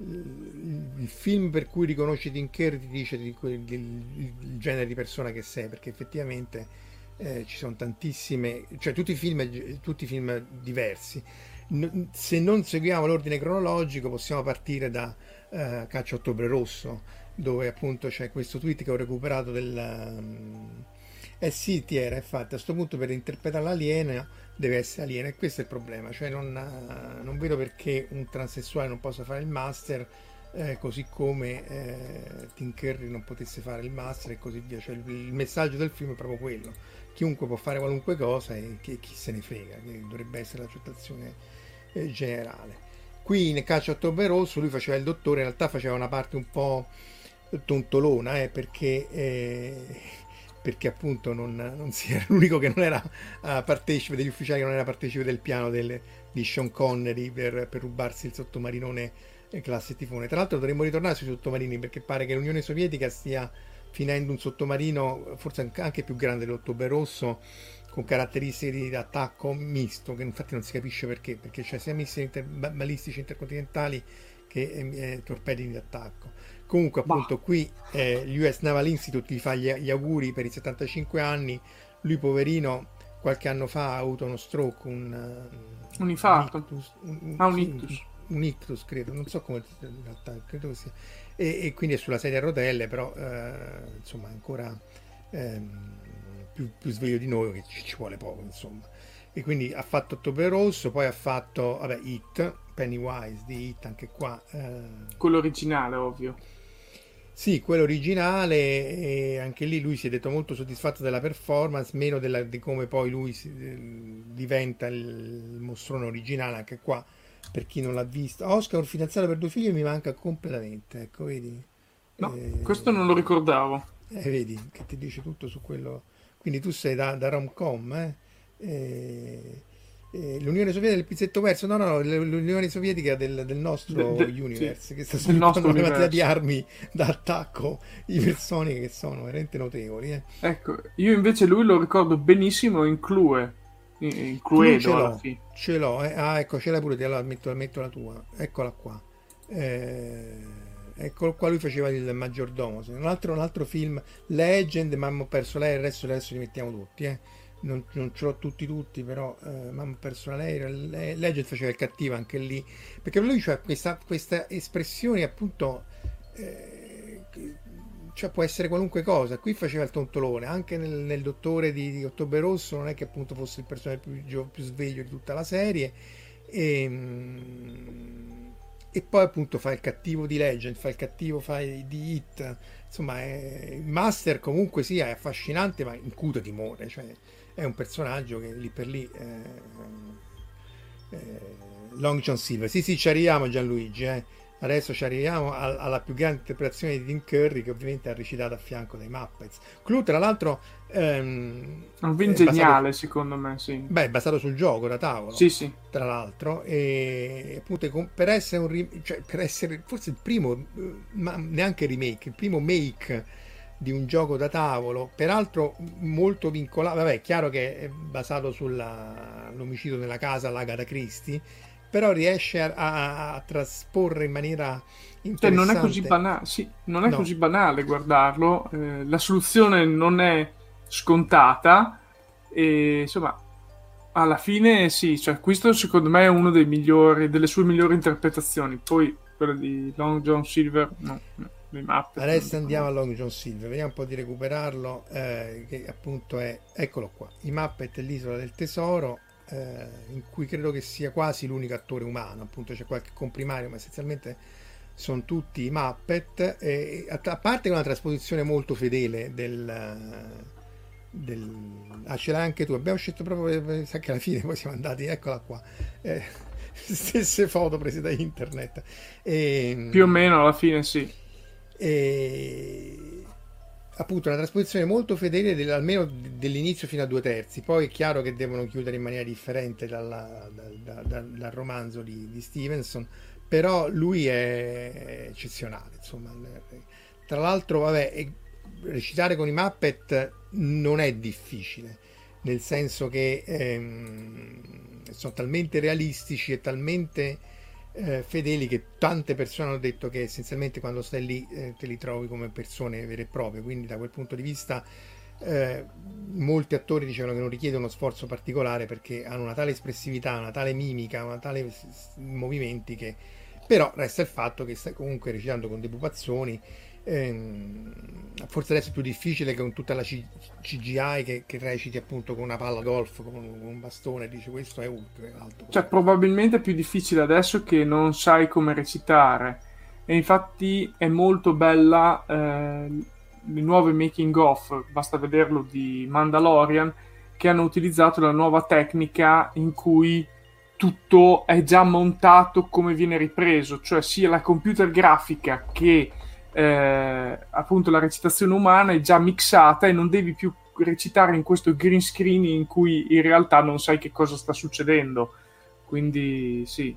il film per cui riconosci Tim Curry ti dice di, di, di, il genere di persona che sei, perché effettivamente eh, ci sono tantissime, cioè tutti i film, tutti i film diversi. No, se non seguiamo l'ordine cronologico possiamo partire da uh, Caccia Ottobre Rosso, dove appunto c'è questo tweet che ho recuperato del um, eh sì, ti era, infatti a questo punto per interpretare l'alieno deve essere alieno, e questo è il problema, cioè non, uh, non vedo perché un transessuale non possa fare il master, eh, così come eh, Tim Curry non potesse fare il master e così via. Cioè il, il messaggio del film è proprio quello: chiunque può fare qualunque cosa e chi, chi se ne frega, che dovrebbe essere l'accettazione eh, generale. Qui in Caccia Ottobre Rosso lui faceva il dottore, in realtà faceva una parte un po' tontolona, eh, perché eh, perché appunto non, non si era l'unico che non era uh, partecipe degli ufficiali, che non era partecipe del piano del, di Sean Connery per, per rubarsi il sottomarinone eh, classe Tifone. Tra l'altro dovremmo ritornare sui sottomarini, perché pare che l'Unione Sovietica stia finendo un sottomarino forse anche più grande dell'Ottobre Rosso, con caratteristiche di attacco misto, che infatti non si capisce perché, perché c'è sia missili inter- balistici intercontinentali che eh, torpedi di attacco. Comunque appunto bah. qui eh, l'U S Naval Institute gli fa gli, gli auguri per i settantacinque anni. Lui poverino qualche anno fa ha avuto uno stroke, un, un infarto, un ictus, un, ah, un sì, ictus. Un, un ictus credo, non so come in realtà, credo che sia, e, e quindi è sulla sedia a rotelle, però eh, insomma ancora ehm, più, più sveglio di noi, che ci, ci vuole poco insomma. E quindi ha fatto Ottobre Rosso, poi ha fatto vabbè It, Pennywise di It, anche qua eh... quello originale, ovvio. Sì, quello originale, e anche lì lui si è detto molto soddisfatto della performance, meno della, di come poi lui si, eh, diventa il, il mostrone originale. Anche qua, per chi non l'ha visto, Oscar, un fidanzato per due figli, mi manca completamente, ecco, vedi? No, eh, questo non lo ricordavo. Eh, vedi, che ti dice tutto su quello. Quindi tu sei da, da rom-com, eh? Eh, eh, l'Unione Sovietica del pizzetto perso, no no no l'Unione Sovietica del, del nostro de, de, universe, sì, che sta sviluppando una quantità di armi da attacco ipersoniche che sono veramente notevoli, eh. Ecco, io invece lui lo ricordo benissimo in Clue, in Cluedo, ce l'ho, ce l'ho eh. Ah, ecco, ce l'hai pure te, allora metto, metto la tua, eccola qua, eh, eccolo qua, lui faceva il maggiordomo. Un altro, un altro film, Legend, ma ho perso lei, il resto, adesso li mettiamo tutti, eh. Non, non ce l'ho tutti tutti, però eh, mamma perso lei, Legend faceva il cattivo anche lì, perché lui c'ha questa, questa espressione appunto, eh, cioè può essere qualunque cosa. Qui faceva il tontolone, anche nel, nel Dottore di, di Ottobre Rosso non è che appunto fosse il personaggio più, più sveglio di tutta la serie, e, e poi appunto fa il cattivo di Legend, fa il cattivo fa di It, insomma è, il Master comunque sia, è affascinante, ma incute timore, cioè è un personaggio che lì per lì eh, eh, Long John Silver. Sì sì, ci arriviamo Gianluigi, eh. Adesso ci arriviamo a, alla più grande interpretazione di Tim Curry, che ovviamente ha recitato a fianco dei Muppets. Clue tra l'altro ehm, è un film geniale basato, secondo me, sì. Beh, è basato sul gioco da tavolo, sì sì, tra l'altro, e appunto per essere un cioè, per essere forse il primo, ma neanche remake, il primo make di un gioco da tavolo, peraltro molto vincolato, vabbè, è chiaro che è basato sull'omicidio nella casa all'Agatha Christie, però riesce a, a, a trasporre in maniera interessante. Cioè, non è così banale, sì, non è no. così banale guardarlo, eh, la soluzione non è scontata, e insomma alla fine sì, cioè questo secondo me è uno dei migliori, delle sue migliori interpretazioni. Poi quella di Long John Silver no, no. Adesso andiamo a Long John Silver, vediamo un po' di recuperarlo, eh, che appunto è, eccolo qua, i Muppet e l'isola del tesoro, eh, in cui credo che sia quasi l'unico attore umano, appunto c'è qualche comprimario, ma essenzialmente sono tutti i Muppet, e, a, a parte una trasposizione molto fedele del, del ah ce l'hai anche tu, abbiamo scelto proprio, sa che alla fine poi siamo andati, eccola qua, eh, stesse foto prese da internet, e, più o meno alla fine sì. E, appunto una trasposizione molto fedele del, almeno dell'inizio fino a due terzi. Poi è chiaro che devono chiudere in maniera differente dalla, da, da, da, dal romanzo di, di Stevenson, però lui è eccezionale, insomma. Tra l'altro, vabbè, recitare con i Muppet non è difficile, nel senso che ehm, sono talmente realistici e talmente eh, fedeli che tante persone hanno detto che essenzialmente quando stai lì eh, te li trovi come persone vere e proprie, quindi da quel punto di vista eh, molti attori dicevano che non richiede uno sforzo particolare perché hanno una tale espressività, una tale mimica, una tale movimenti che però resta il fatto che stai comunque recitando con dei pupazzoni. Ehm, forse adesso è più difficile che con tutta la C- CGI che, che reciti appunto con una palla golf, con un, con un bastone, dice questo è ultra alto. Cioè probabilmente è più difficile adesso che non sai come recitare, e infatti è molto bella eh, le nuove making of, basta vederlo, di Mandalorian, che hanno utilizzato la nuova tecnica in cui tutto è già montato come viene ripreso, cioè sia la computer grafica che Eh, appunto la recitazione umana è già mixata e non devi più recitare in questo green screen in cui in realtà non sai che cosa sta succedendo, quindi sì.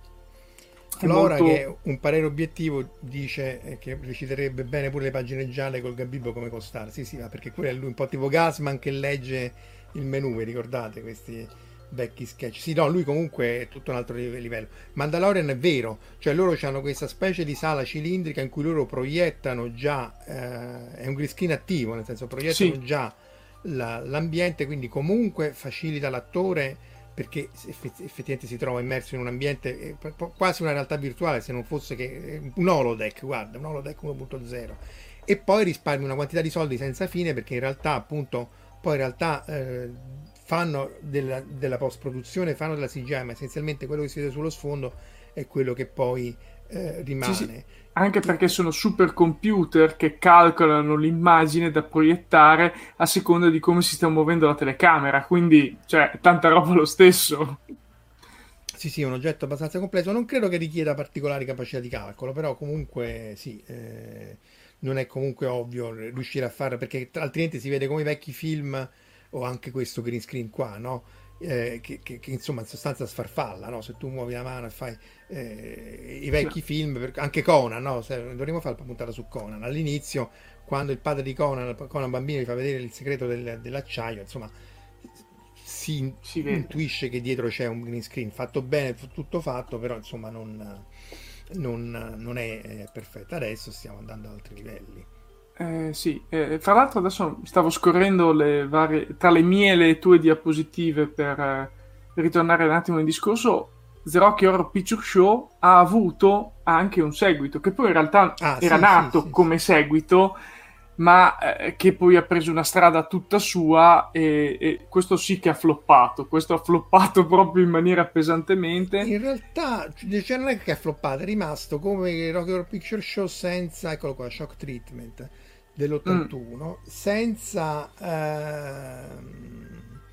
Flora, molto... che un parere obiettivo, dice che reciterebbe bene pure le pagine gialle col Gabibbo come Costar. Sì, sì, ma perché quello è lui un po' tipo Gasman che legge il menù, vi ricordate questi vecchi sketch? Sì, no, lui comunque è tutto un altro livello. Mandalorian è vero, cioè loro hanno questa specie di sala cilindrica in cui loro proiettano già, eh, è un green screen attivo, nel senso proiettano sì. già la, l'ambiente, quindi comunque facilita l'attore perché effettivamente si trova immerso in un ambiente quasi una realtà virtuale, se non fosse che un holodeck, guarda, un holodeck uno punto zero, e poi risparmi una quantità di soldi senza fine perché in realtà appunto poi in realtà eh, fanno della, della post-produzione, fanno della C G I, ma essenzialmente quello che si vede sullo sfondo è quello che poi eh, rimane. Sì, sì. Anche perché sono supercomputer che calcolano l'immagine da proiettare a seconda di come si sta muovendo la telecamera, quindi cioè tanta roba lo stesso. Sì, sì, è un oggetto abbastanza complesso, non credo che richieda particolari capacità di calcolo, però comunque sì, eh, non è comunque ovvio riuscire a farlo, perché altrimenti si vede come i vecchi film o anche questo green screen qua, no? Eh, che, che, che insomma in sostanza sfarfalla, no? Se tu muovi la mano e fai eh, i vecchi sì. film, per, anche Conan, no? Se, dovremmo fare la puntata su Conan. All'inizio, quando il padre di Conan, Conan bambino, gli fa vedere il segreto del, dell'acciaio, insomma, si, si intuisce che dietro c'è un green screen fatto bene, tutto fatto, però insomma non, non, non è perfetto. Adesso stiamo andando ad altri livelli. Eh, sì, eh, fra l'altro adesso stavo scorrendo le varie, tra le mie e le tue diapositive per eh, ritornare un attimo in discorso. The Rocky Horror Picture Show ha avuto anche un seguito, che poi in realtà ah, era sì, nato sì, come sì. seguito, ma eh, che poi ha preso una strada tutta sua e, e questo sì che ha floppato, questo ha floppato proprio in maniera pesantemente. In realtà cioè, non è che ha floppato, è rimasto come Rocky Horror Picture Show senza, eccolo qua, Shock Treatment dell'ottantuno, mm. senza ehm...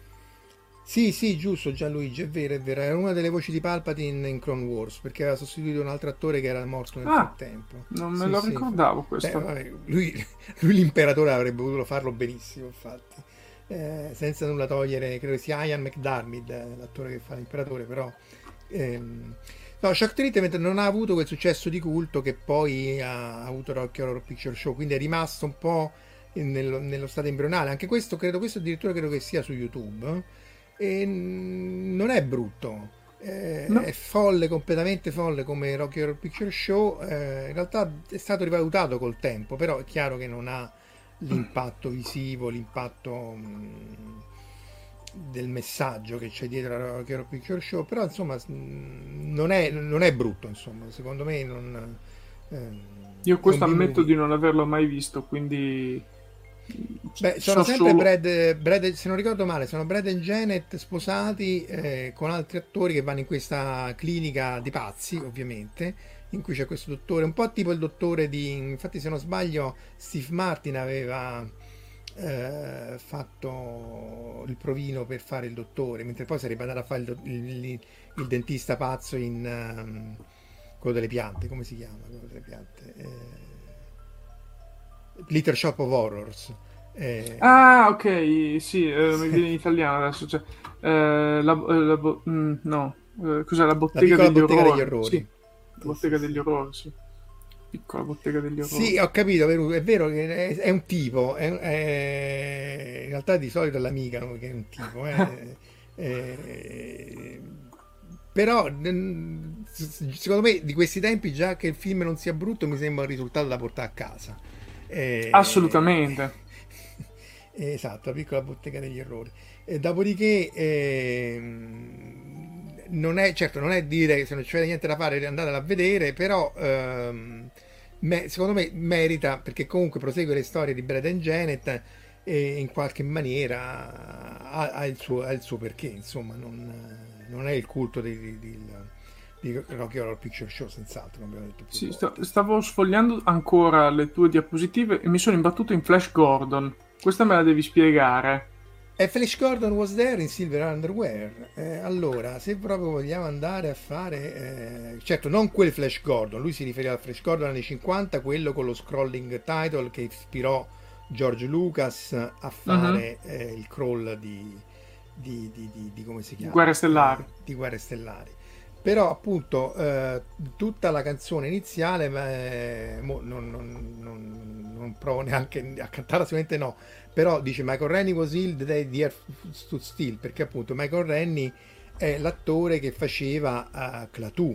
sì sì giusto Gianluigi, è vero è vero, era una delle voci di Palpatine in Clone Wars perché aveva sostituito un altro attore che era morto nel ah, frattempo. Non me sì, lo sì, ricordavo questo. Beh, vabbè, lui, lui l'imperatore avrebbe potuto farlo benissimo infatti, eh, senza nulla togliere, credo sia Ian McDiarmid l'attore che fa l'imperatore, però ehm... no, Shock Treatment non ha avuto quel successo di culto che poi ha avuto Rocky Horror Picture Show, quindi è rimasto un po' nello, nello stato embrionale. Anche questo credo, questo addirittura credo che sia su YouTube, e non è brutto, eh, no. È folle, completamente folle come Rocky Horror Picture Show, eh, in realtà è stato rivalutato col tempo, però è chiaro che non ha l'impatto visivo, l'impatto mh, del messaggio che c'è dietro la Rocky Horror Picture Show, però insomma non è, non è brutto, insomma, secondo me non, eh, io questo ammetto di non averlo mai visto, quindi beh, sono so sempre solo... Brad, Brad, se non ricordo male, sono Brad e Janet sposati eh, con altri attori che vanno in questa clinica di pazzi, ovviamente, in cui c'è questo dottore, un po' tipo il dottore di, infatti se non sbaglio Steve Martin aveva eh, fatto il provino per fare il dottore, mentre poi sarebbe andato a fare il, il, il, il dentista pazzo in um, quello delle piante, come si chiama? Quello delle piante. Eh, Little Shop of Horrors. Eh... Ah, ok, sì, eh, mi viene in italiano adesso. Cioè, eh, la, la, bo- mm, no, eh, cos'è la bottega, la degli, bottega orrori. degli orrori? Sì, la bottega sì, degli sì. orrori, sì. Piccola bottega degli orrori. Sì, ho capito, è vero che è, è un tipo, è, è, in realtà di solito è l'amica, no? Che è un tipo, è, è, però secondo me di questi tempi già che il film non sia brutto mi sembra un risultato da portare a casa. Eh, Assolutamente. Esatto, la piccola bottega degli errori. E dopodiché eh, non è certo, non è dire che se non c'è niente da fare andatela a vedere, però ehm, me, secondo me merita, perché comunque prosegue le storie di Brad and Janet e in qualche maniera ha, ha, il, suo, ha il suo perché, insomma, non, non è il culto di, di, di, di Rocky Horror Picture Show, senz'altro, come abbiamo detto più sì, volte. Stavo sfogliando ancora le tue diapositive e mi sono imbattuto in Flash Gordon. Questa me la devi spiegare. E Flash Gordon was there in Silver Underwear. Eh, allora, se proprio vogliamo andare a fare... Eh, certo, non quel Flash Gordon, lui si riferiva al Flash Gordon anni cinquanta, quello con lo scrolling title che ispirò George Lucas a fare uh-huh. eh, il crawl di, di, di, di, di come si chiama? Guerre Stellari. Eh, di Guerre Stellari. Però appunto eh, tutta la canzone iniziale eh, mo, non, non, non, non provo neanche a cantarla, sicuramente no, però dice Michael Rennie was ill the day the earth stood still, perché appunto Michael Rennie è l'attore che faceva uh, Klaatu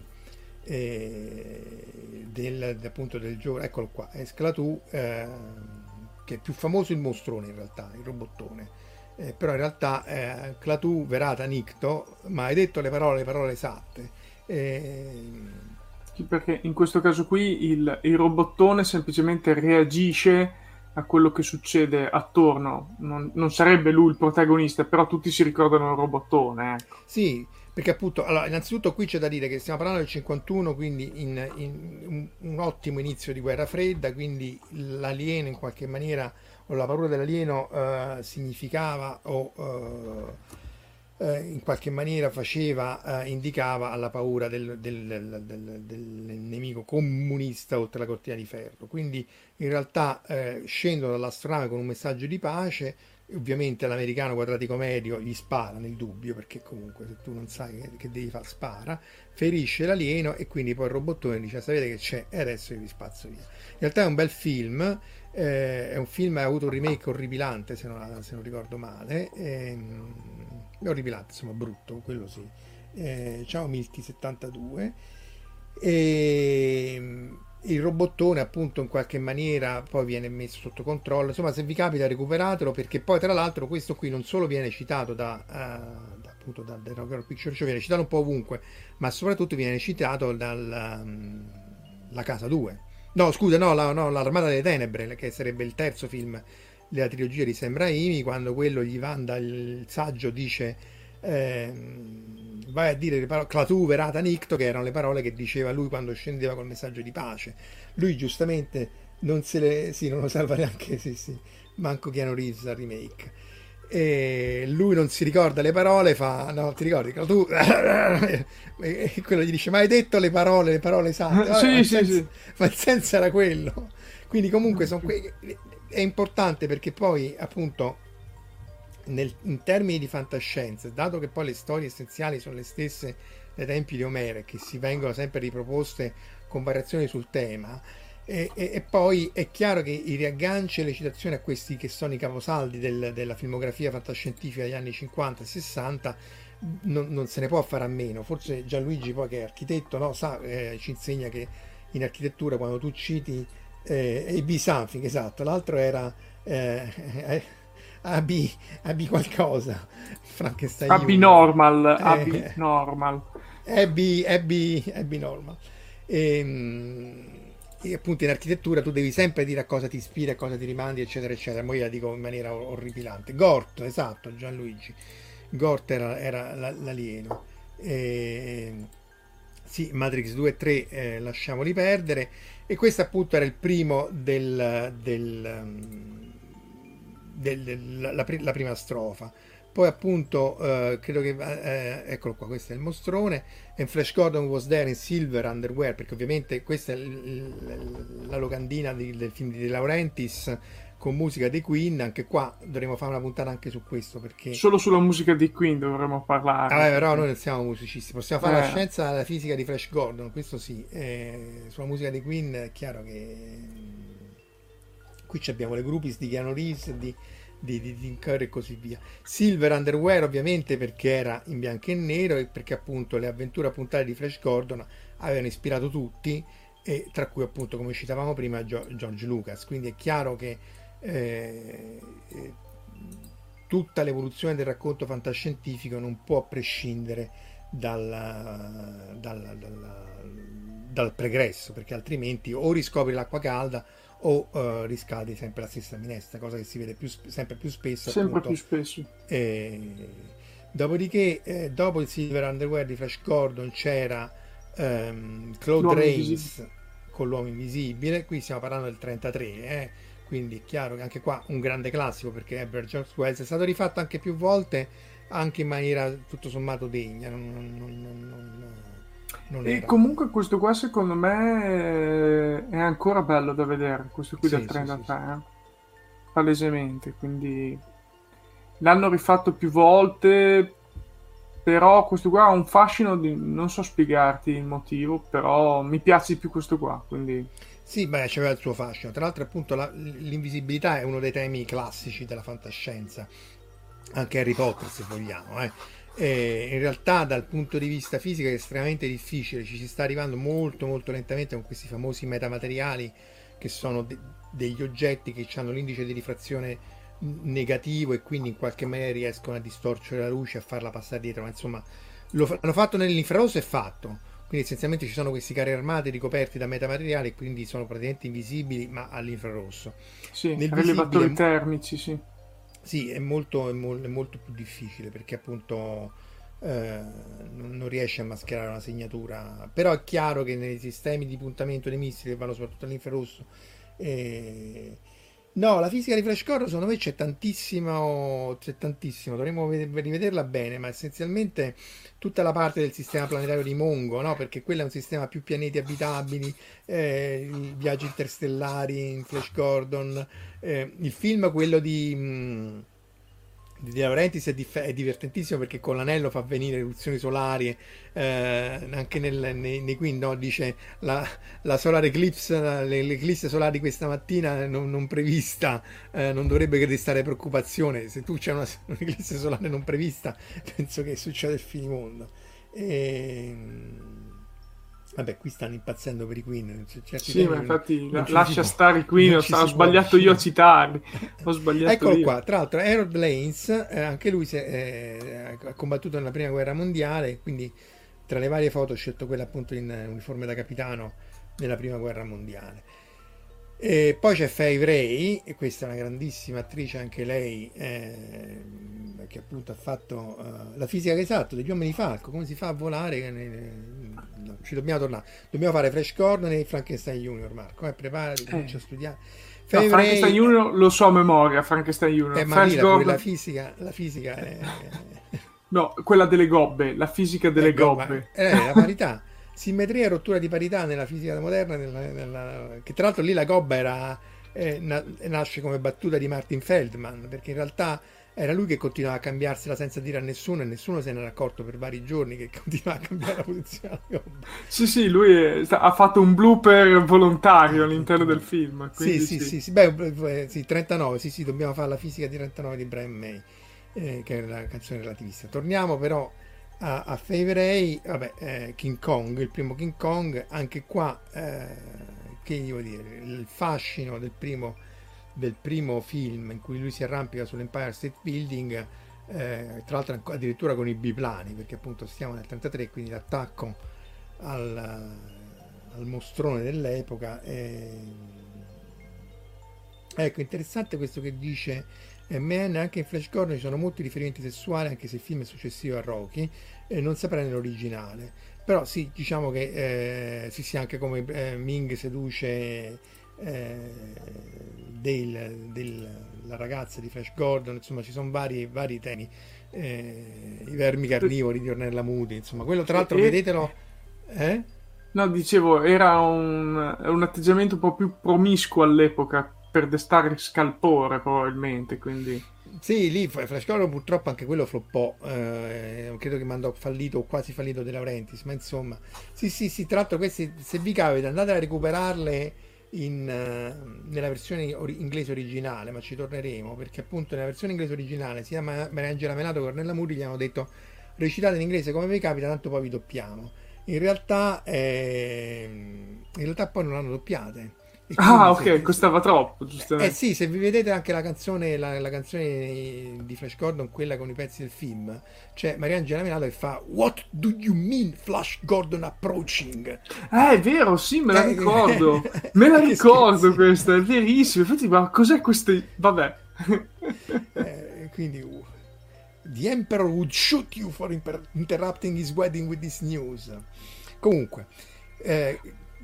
eh, del, appunto del giorno, eccolo qua, è Klaatu eh, che è più famoso il mostrone in realtà, il robottone. Eh, però in realtà eh, Klaatu verata nicto, ma hai detto le parole, le parole esatte. Eh... Sì, perché in questo caso qui il, il robottone semplicemente reagisce a quello che succede attorno. Non, non sarebbe lui il protagonista, però tutti si ricordano il robottone. Ecco. Sì, perché appunto, allora, innanzitutto qui c'è da dire che stiamo parlando del cinquantuno, quindi in, in un, un ottimo inizio di guerra fredda, quindi l'alieno in qualche maniera, o la paura dell'alieno eh, significava o eh, eh, in qualche maniera faceva, eh, indicava alla paura del, del, del, del, del nemico comunista oltre la cortina di ferro. Quindi in realtà eh, scendono dall'astronave con un messaggio di pace. Ovviamente l'americano quadratico medio gli spara nel dubbio, perché comunque se tu non sai che, che devi fare, spara, ferisce l'alieno e quindi poi il robottone dice sapete che c'è e adesso io vi spazzo via. In realtà è un bel film, eh, è un film che ha avuto un remake orripilante se non, se non ricordo male, eh, è orripilante, insomma brutto, quello sì. Eh, ciao Milky settantadue. E il robottone appunto in qualche maniera poi viene messo sotto controllo, insomma se vi capita recuperatelo, perché poi tra l'altro questo qui non solo viene citato da, uh, da appunto da The Rocky Horror Picture Show, viene citato un po' ovunque, ma soprattutto viene citato dalla um, La Casa due, no scusa no, la, no l'Armata delle Tenebre, che sarebbe il terzo film della trilogia di Sam Raimi, quando quello gli manda il saggio, dice ehm, vai a dire le parole Klaatu verata nicto, che erano le parole che diceva lui quando scendeva col messaggio di pace. Lui giustamente non se le sì, non lo salva neanche sì, sì, manco Keanu Reeves al remake, e lui non si ricorda le parole, fa no ti ricordi Klaatu e quello gli dice ma hai detto le parole le parole esatte. Vabbè, sì, ma, il sì, senso, sì. ma il senso era quello, quindi comunque sono que- è importante perché poi appunto Nel, in termini di fantascienza, dato che poi le storie essenziali sono le stesse dai tempi di Omero e che si vengono sempre riproposte con variazioni sul tema, e, e, e poi è chiaro che i riagganci e le citazioni a questi che sono i caposaldi del, della filmografia fantascientifica degli anni cinquanta e sessanta non, non se ne può fare a meno. Forse Gianluigi poi che è architetto, no, sa, eh, ci insegna che in architettura quando tu citi eh, A B something, esatto, l'altro era eh, eh, A B, A B qualcosa, Frankenstein A B normal, A B eh, normal, A B, A B, A B normal. E, e appunto in architettura tu devi sempre dire a cosa ti ispira, a cosa ti rimandi, eccetera, eccetera. Ma io la dico in maniera orripilante. Gort, esatto, Gianluigi. Gort era, era l'alieno. E, sì, Matrix due e tre eh, lasciamoli perdere. E questo appunto era il primo del... del Del, la, la prima strofa. Poi appunto eh, credo che eh, eccolo qua, questo è il mostrone. And Flash Gordon was there in silver underwear, perché ovviamente questa è l- l- la locandina di, del film di De Laurentiis con musica dei Queen. Anche qua dovremo fare una puntata anche su questo, perché solo sulla musica di Queen dovremmo parlare. ah, però perché... noi non siamo musicisti, possiamo fare eh. la scienza della fisica di Flash Gordon, questo sì. Eh, sulla musica dei Queen è chiaro che qui abbiamo le groupies di Keanu Reeves, di di, di Tim Curry e così via. Silver Underwear ovviamente perché era in bianco e nero e perché appunto le avventure appuntate di Flash Gordon avevano ispirato tutti, e tra cui appunto, come citavamo prima, George Lucas. Quindi è chiaro che eh, tutta l'evoluzione del racconto fantascientifico non può prescindere dal, dal, dal, dal pregresso, perché altrimenti o riscopri l'acqua calda o uh, riscaldi sempre la stessa minestra, cosa che si vede più, sempre più spesso. Sempre appunto. più spesso. E, dopodiché, eh, dopo il Silver Underwear di Flash Gordon c'era um, Claude L'uomo Rains invisibile. con l'uomo invisibile. Qui stiamo parlando del trentatré, eh? Quindi è chiaro che anche qua un grande classico, perché Herbert George Wells è stato rifatto anche più volte, anche in maniera tutto sommato degna. Non, non, non, non, non e era... comunque questo qua secondo me è ancora bello da vedere, questo qui sì, del trentatré, sì, sì, sì. Palesemente, quindi l'hanno rifatto più volte, però questo qua ha un fascino di... non so spiegarti il motivo, però mi piace di più questo qua, quindi... Sì, beh, c'aveva il suo fascino. Tra l'altro appunto la, l'invisibilità è uno dei temi classici della fantascienza, anche Harry Potter se vogliamo, eh. E in realtà dal punto di vista fisico è estremamente difficile, ci si sta arrivando molto molto lentamente con questi famosi metamateriali, che sono de- degli oggetti che hanno l'indice di rifrazione negativo e quindi in qualche maniera riescono a distorcere la luce, a farla passare dietro, ma insomma lo f- hanno fatto nell'infrarosso, è fatto. Quindi essenzialmente ci sono questi carri armati ricoperti da metamateriali e quindi sono praticamente invisibili, ma all'infrarosso. Sì, Nel rilevatori visibile, termici, sì. Sì, è molto, è, mo- è molto più difficile, perché appunto eh, non, non riesce a mascherare una segnatura. Però è chiaro che nei sistemi di puntamento dei missili che vanno soprattutto all'infrarosso, eh, no, la fisica di Flash Gordon secondo me c'è tantissimo, c'è tantissimo, dovremmo ved- rivederla bene, ma essenzialmente tutta la parte del sistema planetario di Mongo, no? Perché quello è un sistema più pianeti abitabili, eh, i viaggi interstellari in Flash Gordon, eh, il film quello di... mh, di De Laurentiis è, dif- è divertentissimo, perché con l'anello fa venire eruzioni solari, eh, anche nel, nei, nei Queen, no? Dice la, la solar eclipse, le, l'eclisse solare di questa mattina non, non prevista, eh, non dovrebbe destare preoccupazione. Se tu c'è una, un'eclisse solare non prevista, penso che succeda il finimondo. E... Vabbè, qui stanno impazzendo per i Queen. Sì, ma infatti la, ci lascia si stare i Queen, ho, ho sbagliato io a citarli. Ho sbagliato Eccolo io. qua, tra l'altro Harold Lanes, eh, anche lui si è, eh, ha combattuto nella prima guerra mondiale, quindi tra le varie foto ho scelto quella appunto in uniforme da capitano nella prima guerra mondiale. E poi c'è Fay Wray, e questa è una grandissima attrice anche lei, eh, che appunto ha fatto uh, la fisica, esatto, degli uomini falco, come si fa a volare, no, ci dobbiamo tornare, dobbiamo fare Flash Gordon e Frankenstein Junior, Marco, eh, preparati, comincia eh. a studiare. No, Frankenstein Junior lo so a memoria, Frankenstein Junior. Eh, ma dira, Gordon... la fisica, la fisica è... no, quella delle gobbe, la fisica delle eh, gobbe. Eh, la parità. Simmetria e rottura di parità nella fisica moderna, nella, nella, che tra l'altro lì la gobba era, eh, na, nasce come battuta di Martin Feldman, perché in realtà era lui che continuava a cambiarsela senza dire a nessuno, e nessuno se ne era accorto per vari giorni che continuava a cambiare la posizione della gobba. Sì, sì, lui è, ha fatto un blooper volontario all'interno del film. Sì, sì, sì, sì, sì, beh, sì, trentanove, sì, sì, dobbiamo fare la fisica di trentanove di Brian May, eh, che è la canzone relativista. Torniamo però a, a Fay Wray, vabbè, eh, King Kong, il primo King Kong, anche qua, eh, che devo dire, il fascino del primo, del primo film in cui lui si arrampica sull'Empire State Building, eh, tra l'altro addirittura con i biplani, perché appunto stiamo nel trentatré, quindi l'attacco al, al mostrone dell'epoca. Eh, ecco, interessante questo che dice Man, anche in Flash Gordon ci sono molti riferimenti sessuali, anche se il film è successivo a Rocky, eh, non saprei nell'originale, però sì, diciamo che eh, sì, sì, anche come eh, Ming seduce eh, Dale, Dale, la ragazza di Flash Gordon, insomma ci sono vari, vari temi eh, i vermi carnivori di Ornella Muti, insomma, quello tra l'altro E- vedetelo, eh? No, dicevo, era un, un atteggiamento un po' più promiscuo all'epoca per destare scalpore, probabilmente, quindi... Sì, lì F- Flash Gordon purtroppo anche quello floppò, eh, credo che mandò fallito o quasi fallito De Laurentiis, ma insomma, sì sì sì, tra l'altro questi se vi capita andate a recuperarle in, eh, nella versione ori- inglese originale, ma ci torneremo perché appunto nella versione inglese originale sia Ma- Mariangela Melato che Ornella Muri gli hanno detto recitate in inglese come vi capita, tanto poi vi doppiamo. In realtà, ehm, in realtà poi non l'hanno doppiate. E Ah, quindi se, ok, costava troppo, eh giustamente. sì, se vi vedete anche la canzone, la, la canzone di Flash Gordon, quella con i pezzi del film, c'è Mariangela Melato che fa What do you mean Flash Gordon approaching? Eh, è vero, sì, me la Eh, ricordo. Me la che ricordo scherzi. questa, è verissimo. Infatti, ma cos'è questo? Vabbè. Eh, quindi uh, The Emperor would shoot you for imper- interrupting his wedding with this news. Comunque, eh,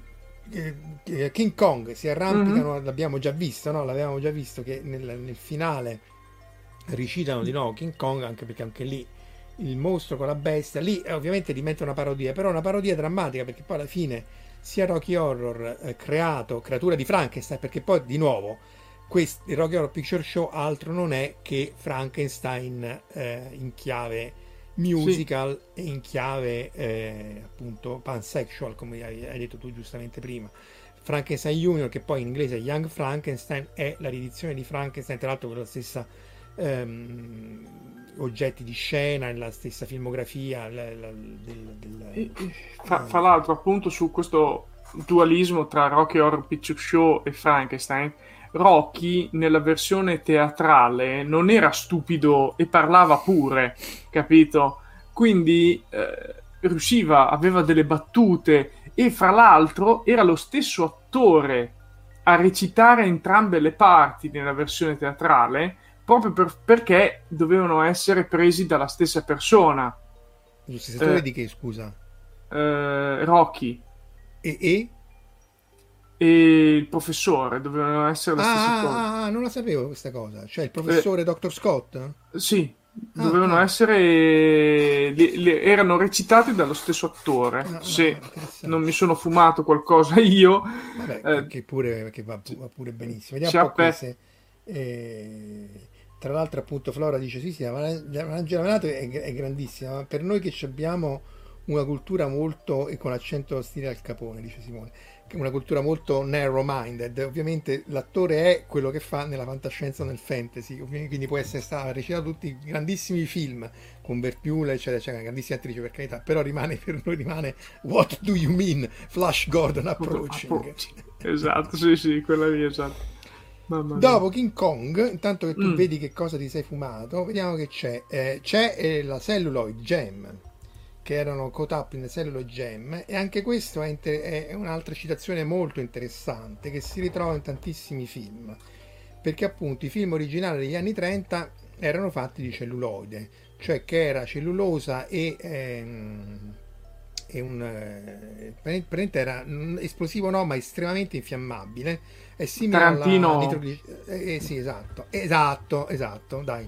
eh, King Kong si Mhm. arrampicano, l'abbiamo già visto, no? L'avevamo già visto che nel, nel finale ricitano di nuovo King Kong, anche perché anche lì il mostro con la bestia, lì eh, ovviamente diventa una parodia, però una parodia drammatica perché poi alla fine sia Rocky Horror eh, creato, creatura di Frankenstein, perché poi di nuovo questo, il Rocky Horror Picture Show altro non è che Frankenstein eh, in chiave Sì, musical e in chiave eh, appunto pansexual, come hai, hai detto tu giustamente prima. Frankenstein Junior, che poi in inglese è Young Frankenstein, è la riedizione di Frankenstein, tra l'altro con la stessa ehm, oggetti di scena, nella stessa filmografia la- la- del, del- E- e fra, fra eh, l'altro, appunto, su questo dualismo tra Rocky Horror Picture Show e Frankenstein, Rocky nella versione teatrale non era stupido e parlava pure, capito? Quindi eh, riusciva, aveva delle battute e fra l'altro era lo stesso attore a recitare entrambe le parti nella versione teatrale proprio per- perché dovevano essere presi dalla stessa persona. giustiziatore Eh, di che, scusa? eh, Rocky E, e? e il professore dovevano essere la stessa Ah, cosa. ah, ah, non la sapevo questa cosa. Cioè il Eh, professore doctor Scott? sì, Ah, dovevano ah, essere, li- li- erano recitati dallo stesso attore. ah, ah, ah, Se non mi interessante. sono fumato qualcosa io, Vabbè, che, eh, che pure, che va, pu- va pure benissimo. Vediamo ci un ha po' qui pe- se... eh, tra l'altro appunto Flora dice sì sì, la Van- la Angela Melato è, è grandissima, ma per noi che ci abbiamo una cultura molto, e con l'accento stile Al Capone, dice Simone, che è una cultura molto narrow-minded, ovviamente l'attore è quello che fa nella fantascienza o nel fantasy, ovvi- quindi può essere stato recitato tutti i grandissimi film con Bert Muller, eccetera, eccetera, grandissime attrici per carità, però rimane per noi rimane What do you mean Flash Gordon approaching? approach. Esatto, sì, sì, quella lì, esatto. Mamma mia. Dopo King Kong, intanto che tu Mm, vedi che cosa ti sei fumato, vediamo che c'è. Eh, c'è eh, la Celluloid Gem, che erano caught up in Celluloid Gem, e anche questo è, inter- è un'altra citazione molto interessante che si ritrova in tantissimi film, perché appunto i film originali degli anni trenta erano fatti di celluloide, cioè che era cellulosa e... ehm, e un eh, praticamente era un esplosivo no ma estremamente infiammabile, è simile alla Tarantino, nitroglicina, eh, eh, sì esatto esatto esatto dai.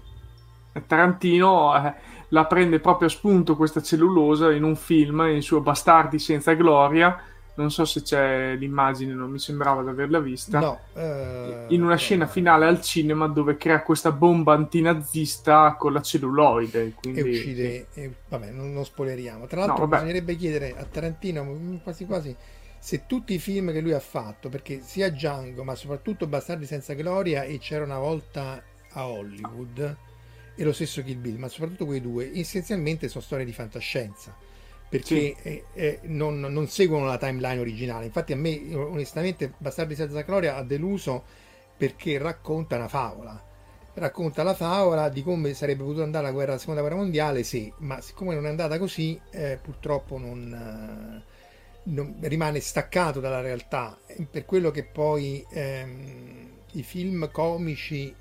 Tarantino eh, la prende proprio a spunto questa cellulosa in un film, il suo Bastardi senza gloria. Non so se c'è l'immagine, non mi sembrava di averla vista. No, eh, In una scena però finale al cinema dove crea questa bomba antinazista con la celluloide. e Quindi, sì. uccide e, vabbè non, non spoileriamo, tra No, l'altro vabbè. bisognerebbe chiedere a Tarantino mm, quasi quasi se tutti i film che lui ha fatto, perché sia Django ma soprattutto Bastardi senza gloria e C'era una volta a Hollywood e lo stesso Kill Bill, ma soprattutto quei due essenzialmente sono storie di fantascienza Sì. perché eh, eh, non, non seguono la timeline originale. Infatti a me onestamente Bastardi senza gloria ha deluso perché racconta una favola, racconta la favola di come sarebbe potuta andare la, guerra, la seconda guerra mondiale, sì, ma siccome non è andata così eh, purtroppo non, eh, non- rimane staccato dalla realtà, per quello che poi ehm, i film comici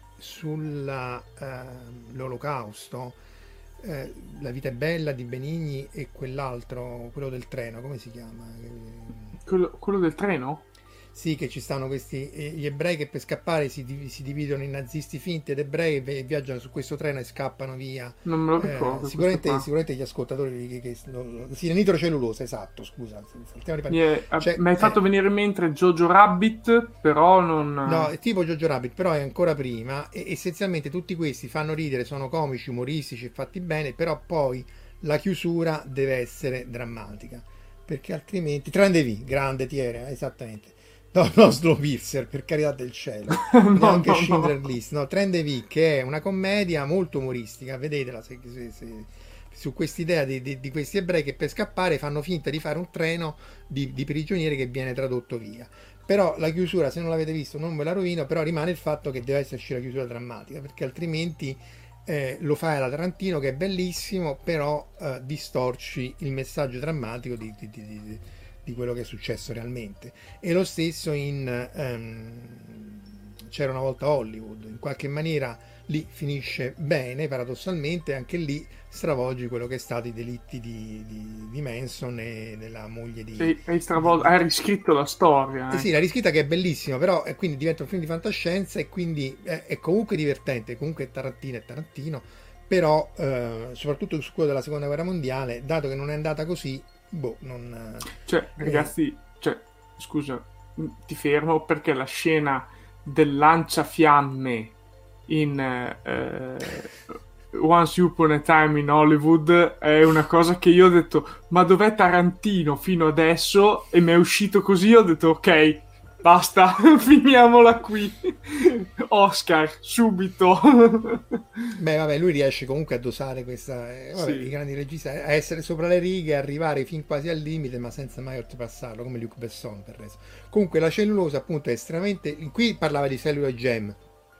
sull'olocausto, eh, La vita è bella di Benigni e quell'altro, quello del treno, come si chiama? Eh, Quello, quello del treno? sì, che ci stanno questi eh, gli ebrei che per scappare si, div- si dividono in nazisti finti ed ebrei e vi- viaggiano su questo treno e scappano via. Non me lo Eh, ricordo. sicuramente, sicuramente gli ascoltatori che, che, lo- lo- sì, la nitrocellulosa, esatto, scusa. saltiamo di pagina. Mi Cioè, hai fatto eh, venire in mente Jojo Rabbit, però non... No, è tipo Jojo Rabbit, però è ancora prima e essenzialmente tutti questi fanno ridere, sono comici, umoristici, fatti bene, però poi la chiusura deve essere drammatica, perché altrimenti... Tranne V, grande Tiere, esattamente. No, no, Snowpiercer, per carità del cielo. no, Neanche no, Schindler no. List. No, Trend V, che è una commedia molto umoristica, vedetela se, se, se, su quest'idea di, di, di questi ebrei che per scappare fanno finta di fare un treno di, di prigionieri che viene tradotto via. Però la chiusura, se non l'avete visto, non ve la rovino, però rimane il fatto che deve esserci la chiusura drammatica, perché altrimenti eh, lo fai alla Tarantino, che è bellissimo, però eh, distorci il messaggio drammatico di, di, di, di, di quello che è successo realmente. E lo stesso in um, C'era una volta Hollywood, in qualche maniera lì finisce bene, paradossalmente, anche lì stravolgi quello che è stato i delitti di, di, di Manson e della moglie di... Sì, hai, stravol- hai riscritto la storia. Eh Eh. sì, la riscritta che è bellissima, però e quindi diventa un film di fantascienza e quindi è, è comunque divertente, comunque è Tarantino è Tarantino, però eh, soprattutto su quello della seconda guerra mondiale, dato che non è andata così, boh, non... Cioè, ragazzi, cioè, scusa, ti fermo perché la scena del lanciafiamme in eh, Once Upon a Time in Hollywood è una cosa che io ho detto, ma dov'è Tarantino fino adesso? E mi è uscito così, ho detto ok, basta, finiamola qui. Oscar, subito. Beh, vabbè, lui riesce comunque a dosare questa... Eh, vabbè, Sì. i grandi registi, a essere sopra le righe, arrivare fin quasi al limite, ma senza mai oltrepassarlo, come Luc Besson per il resto. Comunque la cellulosa appunto è estremamente... Qui parlava di celluloid gem.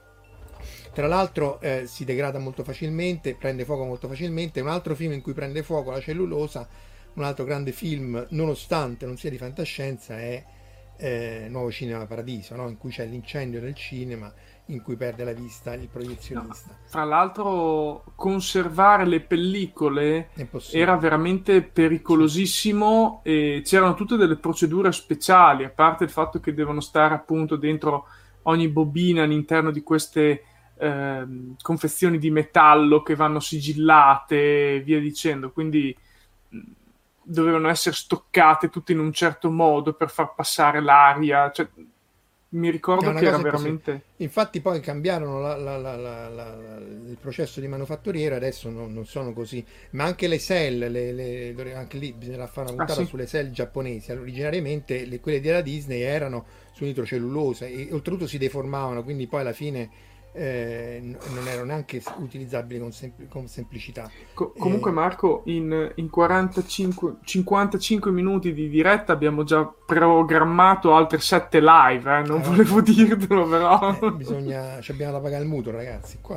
Tra l'altro eh, si degrada molto facilmente, prende fuoco molto facilmente. Un altro film in cui prende fuoco la cellulosa, un altro grande film, nonostante non sia di fantascienza, è eh, Nuovo Cinema Paradiso, no? In cui c'è l'incendio del cinema, in cui perde la vista il proiezionista. No, fra l'altro conservare le pellicole È impossibile. era veramente pericolosissimo e c'erano tutte delle procedure speciali, a parte il fatto che devono stare appunto dentro ogni bobina all'interno di queste ehm, confezioni di metallo che vanno sigillate e via dicendo, quindi mh, dovevano essere stoccate tutte in un certo modo per far passare l'aria, cioè, mi ricordo che era veramente... Infatti poi cambiarono la, la, la, la, il processo di manufatturiero, adesso non, non sono così, ma anche le cell, le, le, anche lì bisognerà fare una puntata ah, sì? sulle cell giapponesi. Originariamente le, quelle della Disney erano su nitrocellulosa e oltretutto si deformavano, quindi poi alla fine eh, non erano neanche utilizzabili con, sempl- con semplicità. Co- comunque eh, Marco, in, in quarantacinque cinquantacinque minuti di diretta abbiamo già programmato altre sette live, eh? non eh, volevo no, dirtelo però. Eh, bisogna, ci abbiamo da pagare il mutuo ragazzi, qua.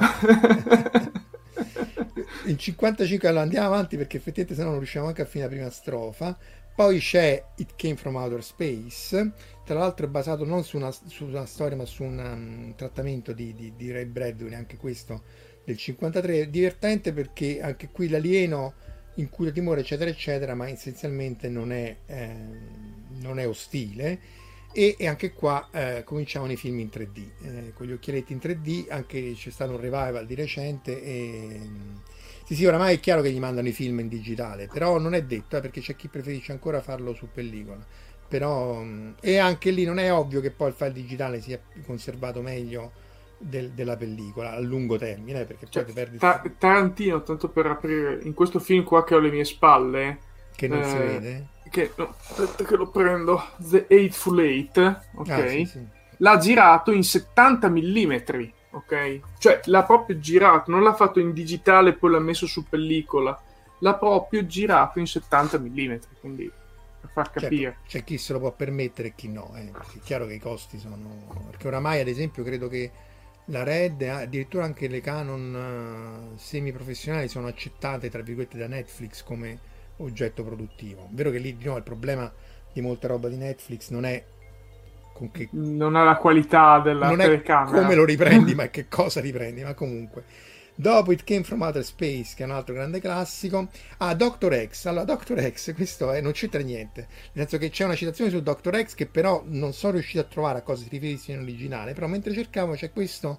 In cinquantacinque, allora andiamo avanti perché effettivamente se no non riusciamo anche a finire la prima strofa. Poi c'è It Came From Outer Space, tra l'altro è basato non su una, su una storia ma su un um, trattamento di, di, di Ray Bradbury, anche questo del cinquantatré. È divertente perché anche qui l'alieno incute timore eccetera eccetera, ma essenzialmente non è, eh, non è ostile. E, e anche qua eh, cominciamo nei film in tre D, eh, con gli occhialetti in tre D, anche c'è stato un revival di recente e... Sì, sì, oramai è chiaro che gli mandano i film in digitale, però non è detto, eh, perché c'è chi preferisce ancora farlo su pellicola. Però, e anche lì non è ovvio che poi il file digitale sia conservato meglio del, della pellicola a lungo termine, eh, perché cioè, poi ti perdi... Ta- Tarantino, tanto per aprire, in questo film qua che ho alle mie spalle... Che non eh, si vede? Che, no, aspetta che lo prendo. The Eightful Eight, ok? Ah, sì, sì. L'ha girato in settanta millimetri. Ok, cioè l'ha proprio girato, non l'ha fatto in digitale e poi l'ha messo su pellicola, l'ha proprio girato in settanta millimetri, quindi per far capire. Certo, c'è chi se lo può permettere e chi no, eh, perché è chiaro che i costi sono... Perché oramai ad esempio credo che la Red, addirittura anche le Canon uh, semiprofessionali sono accettate tra virgolette da Netflix come oggetto produttivo. Vero che lì di nuovo il problema di molta roba di Netflix non è con che... non ha la qualità della non telecamera, è come lo riprendi ma che cosa riprendi, ma comunque Dopo It Came From Outer Space, che è un altro grande classico. Ah, Doctor X. Allora, Doctor X, questo è, non c'entra niente, nel senso che c'è una citazione su Doctor X che però non sono riuscito a trovare a cosa si riferisce in originale, però mentre cercavo c'è questo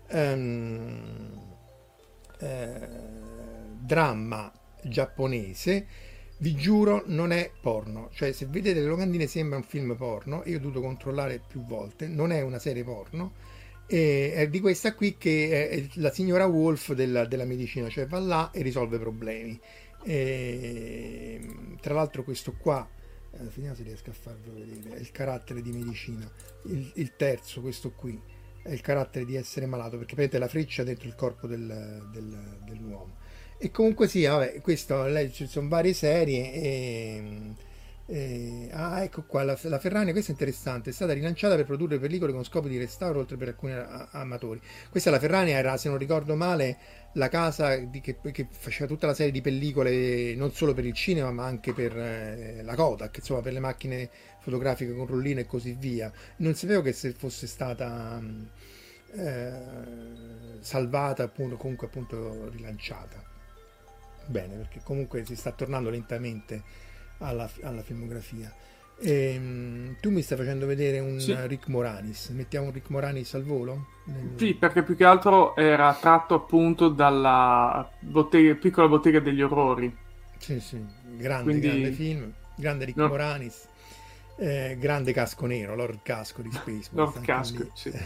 um, eh, dramma giapponese. Vi giuro, non è porno, cioè se vedete le locandine sembra un film porno, io ho dovuto controllare più volte, non è una serie porno, e è di questa qui che è la signora Wolf della, della medicina, cioè va là e risolve problemi. E, tra l'altro questo qua, eh, vediamo se riesco a farvelo vedere, è il carattere di medicina, il, il terzo, questo qui, è il carattere di essere malato, perché vedete la freccia dentro il corpo del, del, dell'uomo. E comunque sì, vabbè, questo, ci sono varie serie e, e, ah, ecco qua, la, la Ferrania, questa è interessante, è stata rilanciata per produrre pellicole con scopo di restauro, oltre per alcuni a, amatori. Questa la Ferrania era, se non ricordo male, la casa di, che, che faceva tutta la serie di pellicole non solo per il cinema ma anche per eh, la Kodak, insomma per le macchine fotografiche con rullino e così via. Non sapevo che se fosse stata eh, salvata, appunto, comunque appunto rilanciata. Bene, perché comunque si sta tornando lentamente alla, alla filmografia. E, tu mi stai facendo vedere un sì. Rick Moranis. Mettiamo un Rick Moranis al volo? Nel... Sì, perché più che altro era tratto appunto dalla bottega, piccola bottega degli orrori. Sì, sì, grande, Quindi... grande film, grande Rick no. Moranis, eh, grande Casco Nero, Lord Casco di Space. Lord Casco, lì. Sì.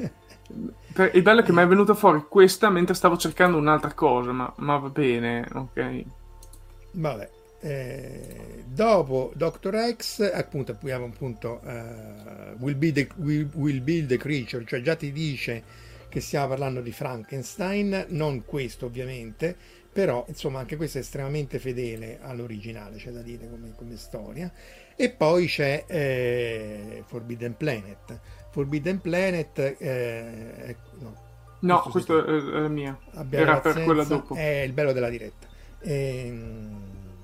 Il bello è che mi è venuta fuori questa mentre stavo cercando un'altra cosa, ma, ma va bene, ok. Vabbè, eh, dopo Doctor X, appunto, abbiamo appunto uh, will, be the, will, will Build the Creature, cioè già ti dice che stiamo parlando di Frankenstein, non questo ovviamente, però insomma anche questo è estremamente fedele all'originale, c'è da dire come, come storia. E poi c'è eh, Forbidden Planet. Forbidden Planet eh, no, no, questo, questo è la mia. Era per quella dopo. È il bello della diretta. Ehm,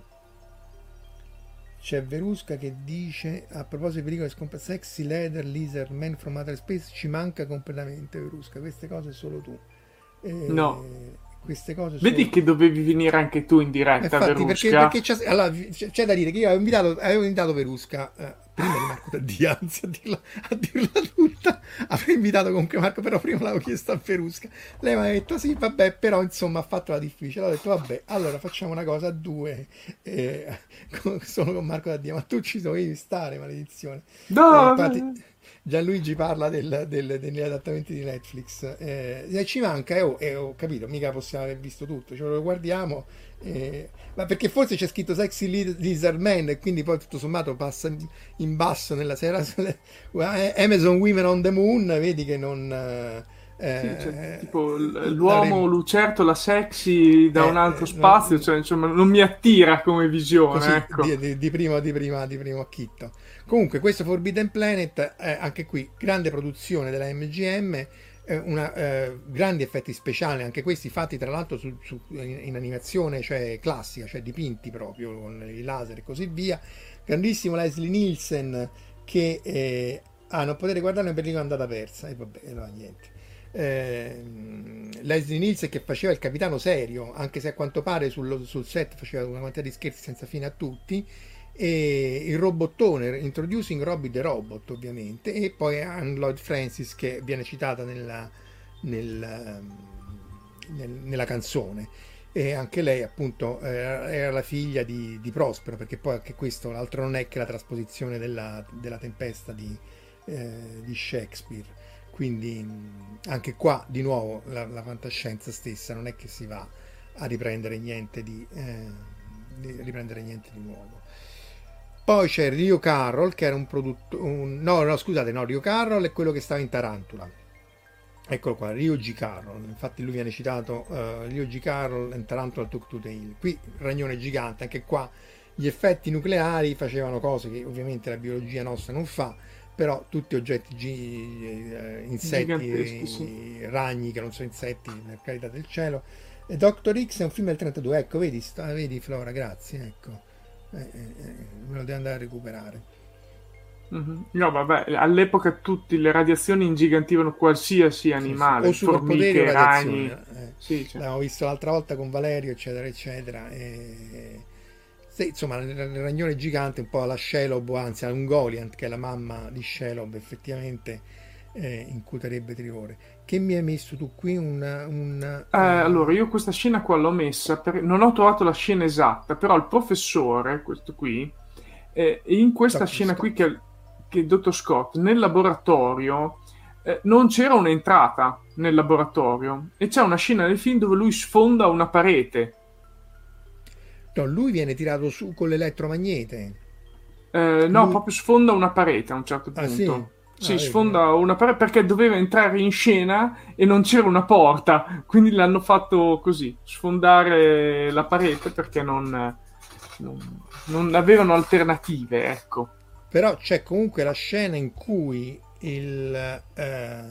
c'è Verusca che dice a proposito di pellicole scompa Sexy Leather Lizard Man from Outer Space, ci manca completamente Verusca, queste cose solo tu. Eh, no. Queste cose vedi sono... che dovevi venire anche tu in diretta. Infatti, Verusca, perché, perché c'è, allora, c'è da dire che io avevo invitato, avevo invitato Verusca eh, prima di Marco Taddia, anzi a dirla, a dirla tutta avevo invitato comunque Marco, però prima l'avevo chiesto a Verusca, lei mi ha detto sì vabbè, però insomma ha fatto la difficile, ho detto vabbè, allora facciamo una cosa a due eh, con, solo con Marco Taddia, ma tu ci dovevi stare, maledizione. No, eh, infatti Gianluigi parla del, del, degli adattamenti di Netflix, eh, ci manca, eh, oh, eh, ho capito, mica possiamo aver visto tutto, ce lo guardiamo, eh, ma perché forse c'è scritto Sexy Lizard Man e quindi poi tutto sommato passa in basso nella sera Amazon Women on the Moon, vedi che non... Eh, sì, cioè, tipo l'uomo avremo... lucertola sexy da eh, un altro spazio, no, cioè insomma non mi attira come visione, così, ecco. di, di, di primo di prima di primo acchitto. Comunque questo Forbidden Planet eh, anche qui grande produzione della M G M, eh, una, eh, grandi effetti speciali anche questi fatti tra l'altro su, su, in, in animazione, cioè classica, cioè dipinti proprio con i laser e così via. Grandissimo Leslie Nielsen che eh, ah, non potete guardarne perché è andata persa e vabbè, allora niente. Eh, Leslie Nielsen che faceva il capitano serio, anche se a quanto pare sul, sul set faceva una quantità di scherzi senza fine a tutti, e il robottone Introducing Robbie the Robot ovviamente, e poi Anne Lloyd Francis che viene citata nella, nel, nel, nella canzone, e anche lei appunto eh, era la figlia di, di Prospero, perché poi anche questo l'altro non è che la trasposizione della, della Tempesta di, eh, di Shakespeare. Quindi anche qua di nuovo la, la fantascienza stessa non è che si va a riprendere niente di, eh, di riprendere niente di nuovo. Poi c'è Rio Carroll che era un produttore, no no scusate no Rio Carroll è quello che stava in Tarantula, eccolo qua, Rio G. Carroll, infatti lui viene citato, uh, Rio G. Carroll in Tarantula Took to Tail. Qui Ragnone Gigante, anche qua gli effetti nucleari facevano cose che ovviamente la biologia nostra non fa, però tutti oggetti G, eh, insetti, sì. Ragni che non sono insetti, per carità del cielo. E Doctor X è un film del trentadue, ecco, vedi, sta, vedi Flora, grazie, ecco, eh, eh, me lo devo andare a recuperare. Mm-hmm. No, vabbè, all'epoca tutte le radiazioni ingigantivano qualsiasi animale, sì, sì. O formiche, o ragni. Eh. Sì, cioè. L'abbiamo visto l'altra volta con Valerio, eccetera, eccetera. E... sì, insomma, il ragnone gigante, un po' alla Shelob, anzi a Ungoliant, che è la mamma di Shelob, effettivamente eh, incuterebbe terrore. Che mi hai messo tu qui? Un, un, eh, uh... allora, io questa scena qua l'ho messa, per... non ho trovato la scena esatta, però il professore, questo qui, eh, in questa Doctor scena Scott. qui che, che il dottor Scott, nel laboratorio, eh, non c'era un'entrata nel laboratorio, e c'è una scena nel film dove lui sfonda una parete. No, lui viene tirato su con l'elettromagnete. Eh, no, lui... proprio sfonda una parete a un certo punto. Ah, sì? Sì, ah, sfonda vedi. una parete perché doveva entrare in scena e non c'era una porta, quindi l'hanno fatto così, sfondare la parete perché non, non, non avevano alternative, ecco. Però c'è comunque la scena in cui il eh,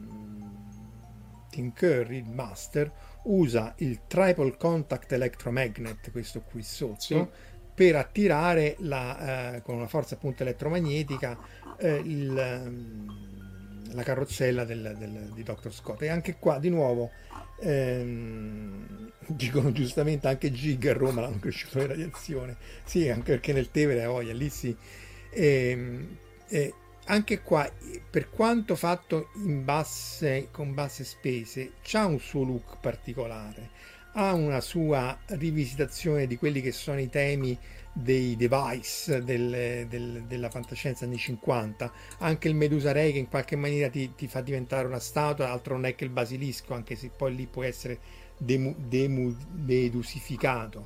Tim Curry, il Master, usa il Triple Contact Electromagnet, questo qui sotto, sì. per attirare la, eh, con una forza appunto elettromagnetica eh, il, la carrozzella del, del, di doctor Scott. E anche qua di nuovo ehm, dicono giustamente anche Gig a Roma l'hanno cresciuto le radiazioni, sì, anche perché nel Tevere voglia lì sì. E, e anche qua, per quanto fatto in basse, con basse spese, c'ha un suo look particolare, ha una sua rivisitazione di quelli che sono i temi dei device del, del, della fantascienza anni cinquanta. Anche il Medusa Ray che in qualche maniera ti, ti fa diventare una statua, altro non è che il basilisco, anche se poi lì può essere demu, demu, dedusificato.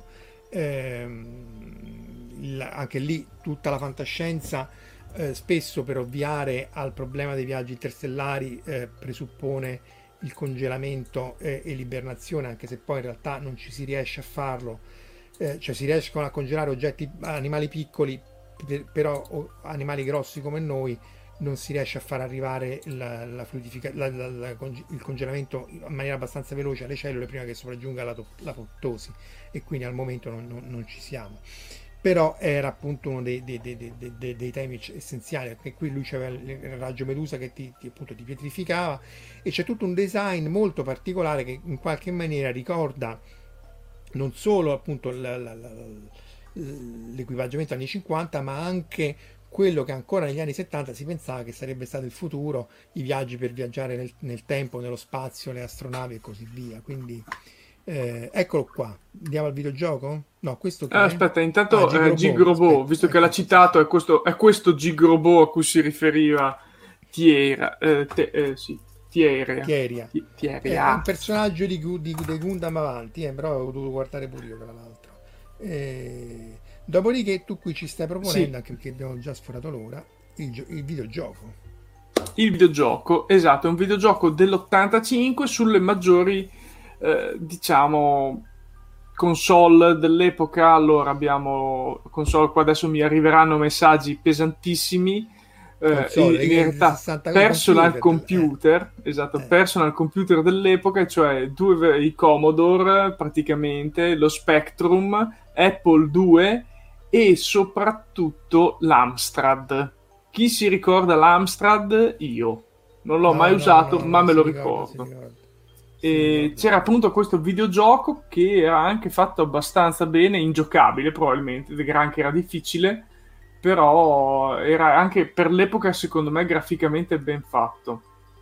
Ehm, il, anche lì tutta la fantascienza eh, spesso per ovviare al problema dei viaggi interstellari eh, presuppone il congelamento eh, e l'ibernazione, anche se poi in realtà non ci si riesce a farlo, eh, cioè si riescono a congelare oggetti, animali piccoli, per, però o, animali grossi come noi non si riesce a far arrivare la, la fluidifica, la, la, la, il congelamento in maniera abbastanza veloce alle cellule prima che sopraggiunga la, l'apoptosi, e quindi al momento non, non, non ci siamo. Però era appunto uno dei, dei, dei, dei, dei, dei temi essenziali, perché qui lui c'aveva il raggio Medusa che ti, ti, appunto, ti pietrificava, e c'è tutto un design molto particolare che in qualche maniera ricorda non solo appunto la, la, la, l'equipaggiamento anni cinquanta, ma anche quello che ancora negli anni settanta si pensava che sarebbe stato il futuro, i viaggi per viaggiare nel, nel tempo, nello spazio, le astronavi e così via. Quindi eh, eccolo qua. Andiamo al videogioco? No, questo eh, aspetta, intanto ah, Gig Robot, visto aspetta, che l'ha citato, è questo, è questo Gig Robot a cui si riferiva Tiera, eh, te, eh, sì, Tieria. Tieria. Tieria. È un personaggio di, di, di Gundam avanti, eh, però avevo dovuto guardare pure io tra l'altro. Eh, dopodiché tu qui ci stai proponendo, sì, anche perché abbiamo già sforato l'ora, il, gio- il videogioco. Il videogioco, esatto, è un videogioco dell'ottantacinque sulle maggiori, eh, diciamo, console dell'epoca. Allora abbiamo console, qua adesso mi arriveranno messaggi pesantissimi, eh, console, in, in realtà personal computer, computer eh. esatto, eh. personal computer dell'epoca, cioè due i Commodore praticamente, lo Spectrum, Apple due e soprattutto l'Amstrad. Chi si ricorda l'Amstrad? Io non l'ho no, mai no, usato, no, ma me lo ricordo. ricorda, e c'era appunto questo videogioco che era anche fatto abbastanza bene, ingiocabile probabilmente, anche era difficile, però era anche per l'epoca secondo me graficamente ben fatto.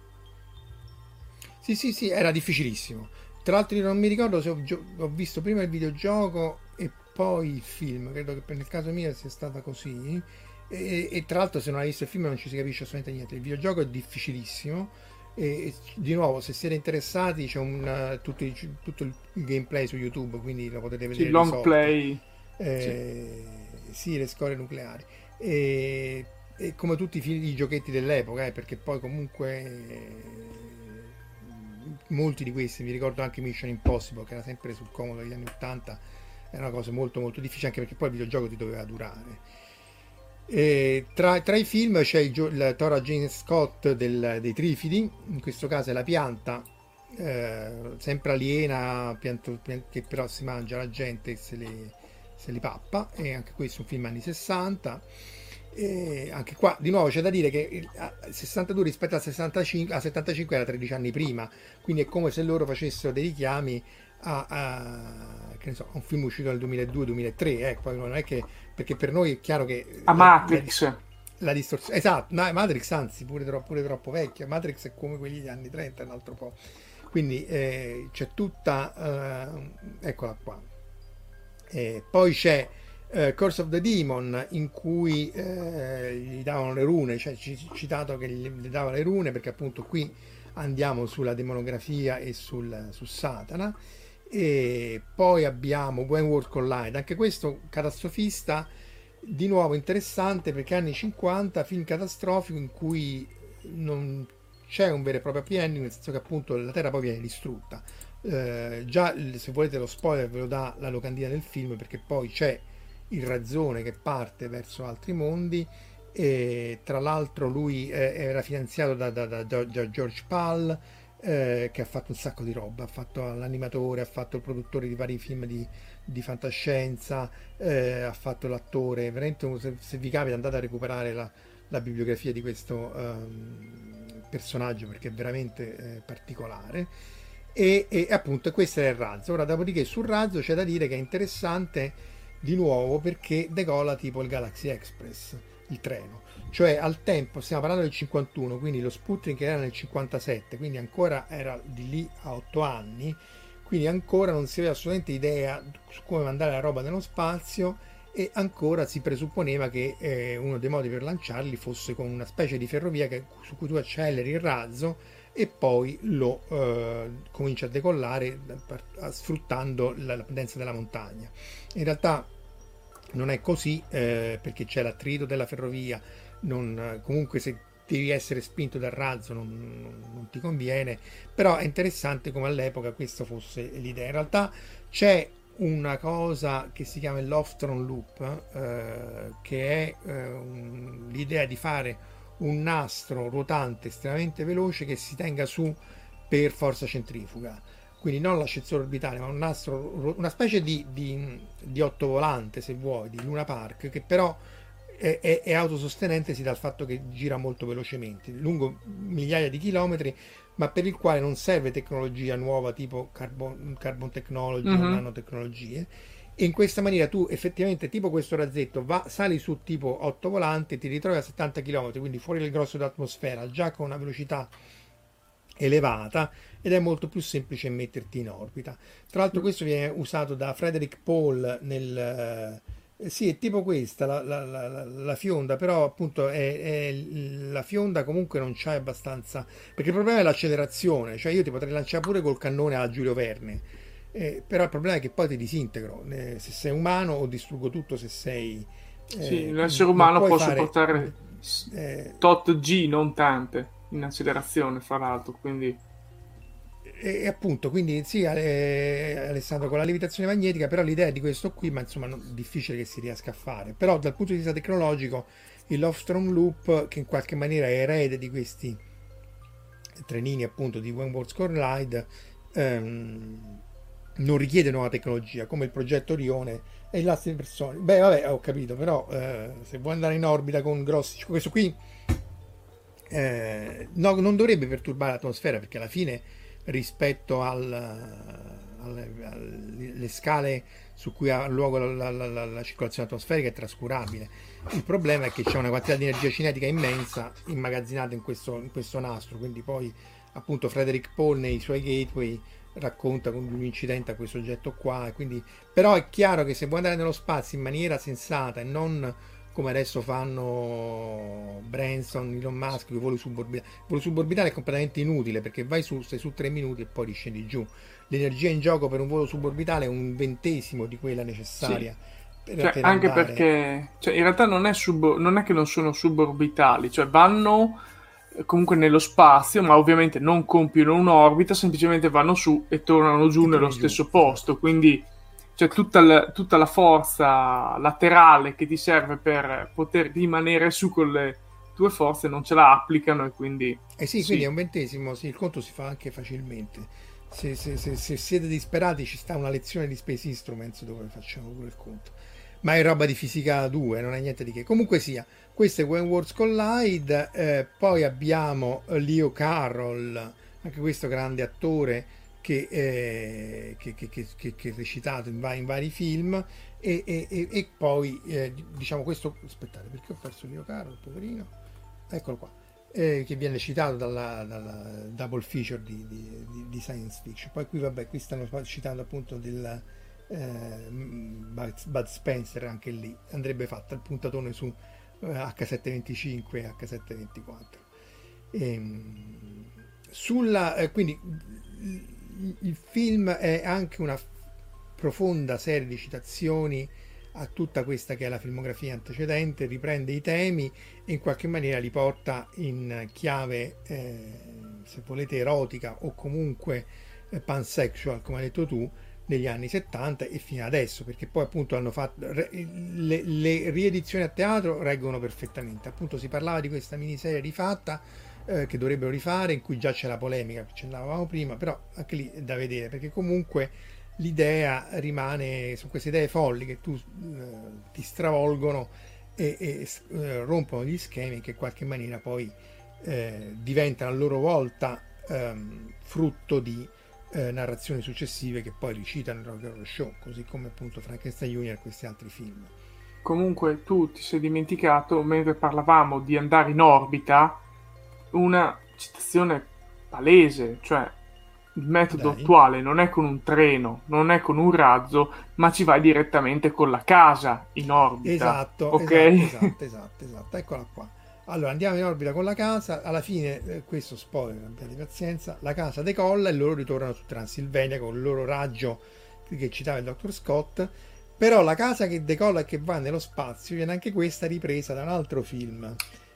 Sì, sì, sì, era difficilissimo. Tra l'altro io non mi ricordo se ho, ho visto prima il videogioco e poi il film, credo che nel caso mio sia stata così. E, e tra l'altro se non hai visto il film non ci si capisce assolutamente niente. Il videogioco è difficilissimo e, e di nuovo, se siete interessati, c'è un, uh, tutto, il, tutto il gameplay su YouTube, quindi lo potete vedere. Sì, long risolto. play eh, sì. sì, le scorie nucleari e, e come tutti i, film, i giochetti dell'epoca, eh, perché poi comunque eh, molti di questi, mi ricordo anche Mission Impossible che era sempre sul comodo degli anni ottanta, era una cosa molto molto difficile, anche perché poi il videogioco ti doveva durare. E tra, tra i film c'è il, il Tora Jane Scott del, dei Trifidi, in questo caso è la pianta, eh, sempre aliena, pianto, pianto, che però si mangia la gente e se li, se li pappa, e anche questo è un film anni sessanta. E anche qua di nuovo c'è da dire che il sessantadue rispetto al sessantacinque, a settantacinque era tredici anni prima, quindi è come se loro facessero dei richiami a, a, che ne so, a un film uscito nel duemiladue duemilatré, eh, poi non è che, perché per noi è chiaro che a Matrix la, la distorsione, esatto, Matrix anzi pure troppo, pure troppo vecchia, Matrix è come quelli degli anni trenta, un altro po', quindi eh, c'è tutta eh, eccola qua, e poi c'è Uh, Curse of the Demon, in cui uh, gli davano le rune, cioè ci, citato che gli, gli dava le rune, perché appunto qui andiamo sulla demonografia e sul, su Satana. E poi abbiamo Wentworth Collide, anche questo catastrofista, di nuovo interessante, perché anni cinquanta, film catastrofico in cui non c'è un vero e proprio happy ending, nel senso che appunto la Terra poi viene distrutta. Uh, già se volete lo spoiler ve lo dà la locandina del film, perché poi c'è il razzone che parte verso altri mondi, e tra l'altro lui eh, era finanziato da, da, da, da George Pal, eh, che ha fatto un sacco di roba, ha fatto l'animatore, ha fatto il produttore di vari film di, di fantascienza, eh, ha fatto l'attore, veramente se, se vi capita andate a recuperare la, la bibliografia di questo um, personaggio, perché è veramente eh, particolare. E, e appunto questo è il razzo. Ora dopodiché sul razzo c'è da dire che è interessante di nuovo perché decolla tipo il Galaxy Express, il treno, cioè al tempo stiamo parlando del cinquantuno, quindi lo Sputnik era nel cinquantasette, quindi ancora era di lì a otto anni, quindi ancora non si aveva assolutamente idea su come mandare la roba nello spazio, e ancora si presupponeva che eh, uno dei modi per lanciarli fosse con una specie di ferrovia che, su cui tu acceleri il razzo e poi lo eh, comincia a decollare sfruttando la, la pendenza della montagna. In realtà non è così, eh, perché c'è l'attrito della ferrovia, non, comunque se devi essere spinto dal razzo non, non, non ti conviene, però è interessante come all'epoca questo fosse l'idea. In realtà c'è una cosa che si chiama il Loftron Loop, eh, che è eh, un, l'idea di fare un nastro ruotante estremamente veloce che si tenga su per forza centrifuga, quindi non l'ascensore orbitale, ma un nastro, una specie di, di, di ottovolante, se vuoi, di Luna Park, che però è, è, è autosostenente dal fatto che gira molto velocemente, lungo migliaia di chilometri, ma per il quale non serve tecnologia nuova tipo carbon, carbon technology mm-hmm. o nanotecnologie. E in questa maniera tu effettivamente, tipo questo razzetto, va, sali su tipo ottovolante, ti ritrovi a settanta chilometri, quindi fuori del grosso dell'atmosfera, già con una velocità elevata, ed è molto più semplice metterti in orbita. Tra l'altro questo viene usato da Frederick Paul nel... Eh, sì, è tipo questa, la, la, la, la fionda, però appunto è, è la fionda comunque non c'è abbastanza, perché il problema è l'accelerazione, cioè io ti potrei lanciare pure col cannone alla Giulio Verne, eh, però il problema è che poi ti disintegro, eh, se sei umano, o distruggo tutto se sei... Eh, sì, l'essere umano può fare, sopportare eh, tot G, non tante, in accelerazione fra l'altro, quindi... E appunto, quindi sì, eh, Alessandro, con la levitazione magnetica, però l'idea di questo qui, ma insomma non, difficile che si riesca a fare, però dal punto di vista tecnologico il Loftron Loop, che in qualche maniera è erede di questi trenini appunto di Wentworth Collide, ehm, non richiede nuova tecnologia come il progetto Orione e i lasti persone. Beh vabbè, ho capito, però eh, se vuoi andare in orbita con grossi, questo qui eh, no, non dovrebbe perturbare l'atmosfera, perché alla fine rispetto al, alle, alle scale su cui ha luogo la, la, la, la circolazione atmosferica è trascurabile. Il problema è che c'è una quantità di energia cinetica immensa immagazzinata in questo, in questo nastro, quindi poi appunto Frederick Paul nei suoi Gateway racconta con un incidente a questo oggetto qua, e quindi, però è chiaro che se vuoi andare nello spazio in maniera sensata e non come adesso fanno Branson, Elon Musk, i voli suborbitali. Il volo suborbitale è completamente inutile, perché vai su, stai su tre minuti e poi riscendi giù. L'energia in gioco per un volo suborbitale è un ventesimo di quella necessaria. Sì. Per, cioè, per anche andare... perché cioè, in realtà non è, sub, non è che non sono suborbitali, cioè vanno comunque nello spazio, ma ovviamente non compiono un'orbita, semplicemente vanno su e tornano giù e nello stesso giù. posto, quindi cioè tutta, la, tutta la forza laterale che ti serve per poter rimanere su con le tue forze non ce la applicano, e quindi eh sì, sì. Quindi è un ventesimo, sì, il conto si fa anche facilmente. Se, se, se, se siete disperati ci sta una lezione di Space Instruments dove facciamo pure il conto. ma è roba di fisica due, non è niente di che. Comunque sia, questo è When Worlds Collide. Eh, poi abbiamo Leo Carroll, anche questo grande attore che, eh, che, che, che, che, che è recitato in vari, in vari film, e, e, e, e poi eh, diciamo questo, aspettate, perché ho perso Leo Carroll, poverino, eccolo qua, eh, che viene citato dalla, dalla double feature di, di, di, di science fiction. Poi qui vabbè, qui stanno citando appunto del eh, Bud Spencer, anche lì andrebbe fatta il puntatone su eh, acca settecentoventicinque e acca settecentoventiquattro. E, sulla, eh, quindi il film è anche una profonda serie di citazioni a tutta questa che è la filmografia antecedente, riprende i temi e in qualche maniera li porta in chiave, eh, se volete, erotica o comunque eh, pansexual, come hai detto tu, negli anni settanta e fino adesso, perché poi appunto hanno fatto le, le riedizioni a teatro reggono perfettamente. Appunto si parlava di questa miniserie rifatta eh, che dovrebbero rifare, in cui già c'è la polemica che ce l'avevamo prima, però anche lì è da vedere, perché comunque l'idea rimane, su queste idee folli che tu eh, ti stravolgono e, e eh, rompono gli schemi, che in qualche maniera poi eh, diventano a loro volta ehm, frutto di eh, narrazioni successive che poi recitano il Rocky Horror Show, così come appunto Frankenstein Junior e questi altri film. Comunque tu ti sei dimenticato, mentre parlavamo di andare in orbita, una citazione palese, cioè il metodo Dai. attuale non è con un treno, non è con un razzo, ma ci vai direttamente con la casa in orbita. Esatto, ok? esatto, esatto, esatto, esatto, eccola qua. Allora andiamo in orbita con la casa, alla fine, eh, questo spoiler, abbiate pazienza, la casa decolla e loro ritornano su Transilvania con il loro raggio che citava il dottor Scott, però la casa che decolla e che va nello spazio viene anche questa ripresa da un altro film.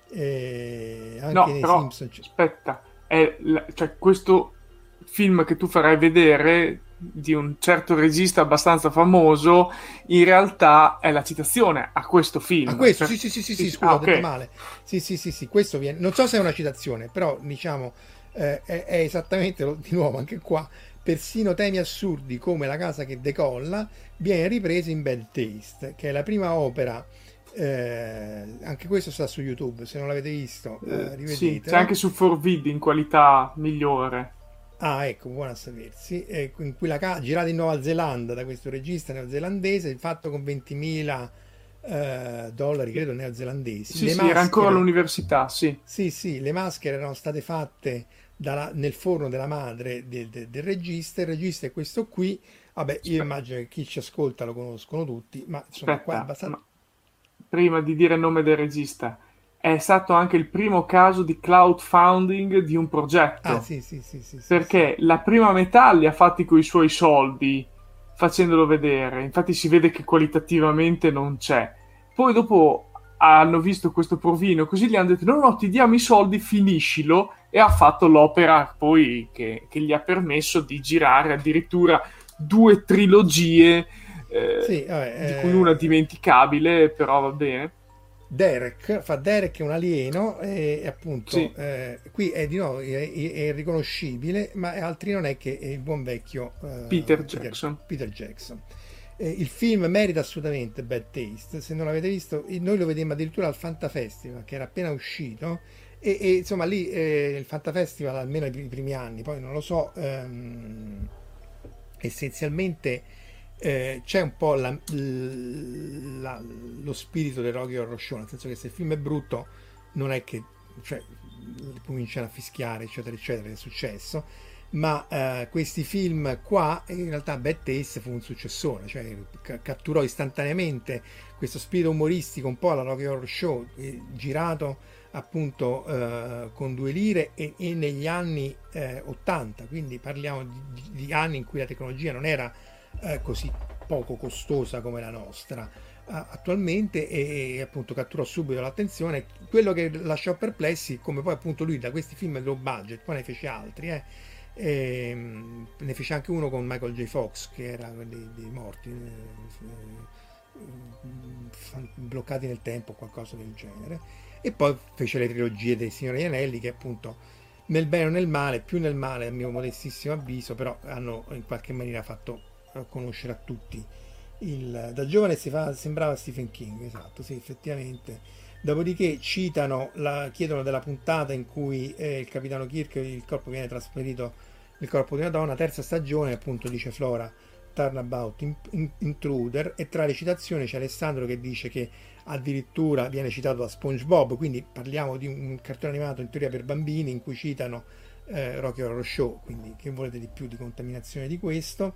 Eh, anche no, nei però, Simpson c- aspetta, è la, cioè questo film che tu farai vedere di un certo regista abbastanza famoso in realtà è la citazione a questo film. Ah, questo, cioè, sì, sì, sì, sì, sì, sì, scusa, ah, ho detto okay. male. Sì, sì, sì, sì, questo viene, non so se è una citazione, però diciamo eh, è, è esattamente, di nuovo, anche qua, persino temi assurdi come la casa che decolla viene ripreso in Bad Taste, che è la prima opera, eh, anche questo sta su YouTube, se non l'avete visto, eh, rivedete. Sì, c'è anche su four vid in qualità migliore. Ah, ecco, buono a sapersi. Eh, in cui la casa, girata in Nuova Zelanda da questo regista neozelandese, fatto con ventimila eh, dollari, credo, neozelandesi. Sì, le sì, maschere, era ancora all'università, sì. Sì, sì, le maschere erano state fatte dalla, nel forno della madre del, del, del regista. Il regista è questo qui. Vabbè, io Aspetta. immagino che chi ci ascolta lo conoscono tutti, ma insomma, Aspetta, qua è abbastanza... ma prima di dire il nome del regista, è stato anche il primo caso di crowdfunding di un progetto. Ah, sì, sì, sì, sì, sì, perché sì. la prima metà li ha fatti con i suoi soldi, facendolo vedere. Infatti si vede che qualitativamente non c'è. Poi dopo hanno visto questo provino, così gli hanno detto no, no, ti diamo i soldi, finiscilo, e ha fatto l'opera poi che, che gli ha permesso di girare addirittura due trilogie, eh, Sì, vabbè, di cui una eh, dimenticabile, però va bene. Derek fa Derek è un alieno e appunto Sì. eh, qui è di nuovo è, è irriconoscibile, ma altri non è che è il buon vecchio eh, Peter Jackson. Peter Jackson. Eh, il film merita assolutamente Bad Taste, se non l'avete visto noi lo vedemmo addirittura al Fantafestival che era appena uscito e, e insomma lì eh, il Fantafestival almeno i primi anni, poi non lo so, ehm, essenzialmente Eh, c'è un po' la, la, lo spirito del Rocky Horror Show, nel senso che se il film è brutto non è che cioè, cominciano a fischiare eccetera eccetera, è successo, ma eh, questi film qua in realtà Bad Taste fu un successore, cioè c- catturò istantaneamente questo spirito umoristico un po' alla Rocky Horror Show, eh, girato appunto eh, con due lire e, e negli anni eh, ottanta, quindi parliamo di, di, di anni in cui la tecnologia non era Eh, così poco costosa come la nostra uh, attualmente e, e appunto catturò subito l'attenzione. Quello che lasciò perplessi, come poi appunto lui da questi film low budget poi ne fece altri, eh, e, ne fece anche uno con Michael J. Fox che era quelli dei morti eh, eh, bloccati nel tempo, qualcosa del genere, e poi fece le trilogie dei Signori Anelli che appunto nel bene o nel male, più nel male a mio modestissimo avviso, però hanno in qualche maniera fatto conoscere a tutti il, da giovane si fa, sembrava Stephen King, esatto, sì, effettivamente. Dopodiché citano, la, chiedono della puntata in cui eh, il capitano Kirk, il corpo viene trasferito nel corpo di una donna, terza stagione, appunto dice Flora, Turnabout in, in, Intruder, e tra le citazioni c'è Alessandro che dice che addirittura viene citato da SpongeBob, quindi parliamo di un cartone animato in teoria per bambini in cui citano eh, Rocky Horror Show, quindi che volete di più di contaminazione di questo.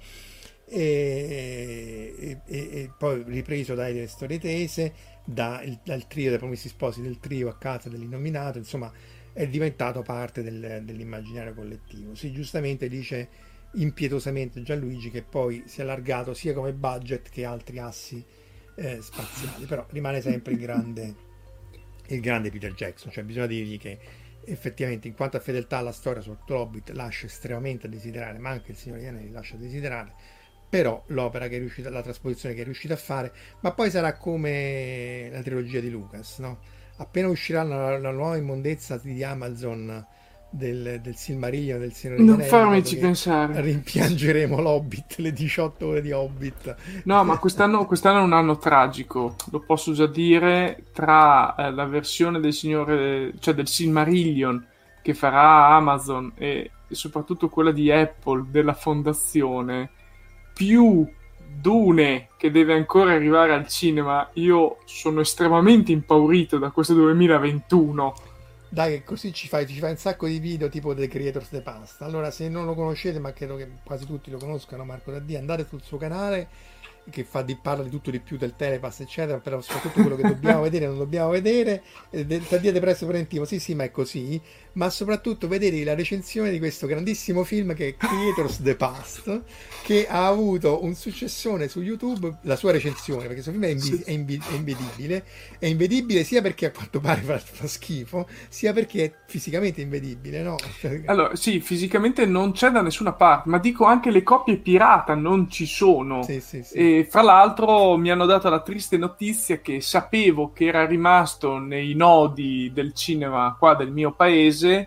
E, e, e poi ripreso dalle storie tese, da il, dal trio dei Promessi Sposi, del trio a casa dell'Innominato, insomma è diventato parte del, dell'immaginario collettivo. Sì, giustamente dice impietosamente Gianluigi che poi si è allargato sia come budget che altri assi eh, spaziali, però rimane sempre il grande il grande Peter Jackson, cioè bisogna dirgli che effettivamente in quanto a fedeltà alla storia sotto Hobbit lascia estremamente a desiderare, ma anche il Signore degli Anelli lascia a desiderare, però l'opera che è riuscita, la trasposizione che è riuscita a fare, ma poi sarà come la trilogia di Lucas, no? Appena uscirà la, la nuova immondezza di Amazon del, del Silmarillion, del Signore degli Anelli, non farmici pensare, rimpiangeremo l'Hobbit, le diciotto ore di Hobbit. No, ma quest'anno, quest'anno è un anno tragico, lo posso già dire, tra eh, la versione del Signore, cioè del Silmarillion che farà Amazon e, e soprattutto quella di Apple della fondazione, più Dune che deve ancora arrivare al cinema. Io sono estremamente impaurito da questo duemilaventuno. Dai, che così ci fai, ci fai un sacco di video tipo The Creators the Past. Allora, se non lo conoscete, ma credo che quasi tutti lo conoscano, Marco Daddia, andate sul suo canale che fa di, parla di tutto di più del telepass eccetera, però soprattutto quello che dobbiamo vedere non dobbiamo vedere, Daddia De Presso Preventivo, sì sì ma è così, ma soprattutto vedete la recensione di questo grandissimo film che è Creators the Past, che ha avuto un successone su YouTube, la sua recensione, perché questo film è, invi- è, invi- è invedibile, è invedibile sia perché a quanto pare fa, fa schifo, sia perché è fisicamente invedibile, no? Allora sì, fisicamente non c'è da nessuna parte, ma dico anche le copie pirata non ci sono. Sì, sì, sì. E fra l'altro mi hanno dato la triste notizia che sapevo che era rimasto nei nodi del cinema qua del mio paese,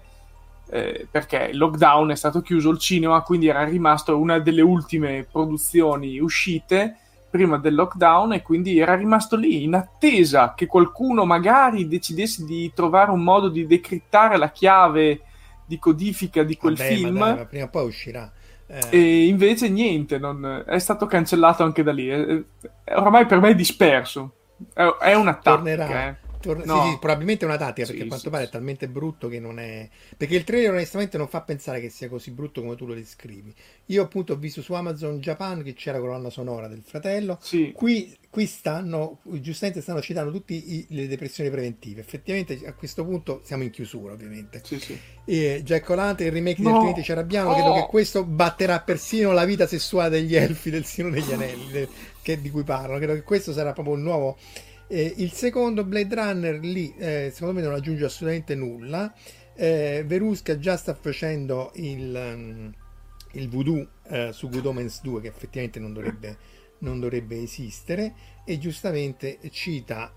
eh, perché il lockdown è stato chiuso il cinema, quindi era rimasto una delle ultime produzioni uscite prima del lockdown e quindi era rimasto lì in attesa che qualcuno magari decidesse di trovare un modo di decrittare la chiave di codifica di quel Vabbè, film. Ma dai, ma prima o poi uscirà. Eh. E invece niente, non, è stato cancellato anche da lì. È, è, ormai per me è disperso. È, è una tattica. Tornerà. Eh. Torna... No. Sì, sì, probabilmente è una tattica, perché sì, a quanto sì, pare sì. è talmente brutto che non è. Perché il trailer onestamente non fa pensare che sia così brutto come tu lo descrivi. Io appunto ho visto su Amazon Japan che c'era colonna sonora del fratello. Sì. Qui, qui stanno, giustamente stanno citando tutte le depressioni preventive. Effettivamente a questo punto siamo in chiusura, ovviamente. Sì, sì. E Jack O'Lantern, il remake No. di Altrimenti ci arrabbiamo, Oh. credo che questo batterà persino la vita sessuale degli elfi del Signore degli Anelli, de, che, di cui parlano. Credo che questo sarà proprio il nuovo. Eh, il secondo Blade Runner lì eh, secondo me non aggiunge assolutamente nulla. eh, Verusca già sta facendo il, um, il voodoo eh, su Good Omens due, che effettivamente non dovrebbe, non dovrebbe esistere, e giustamente cita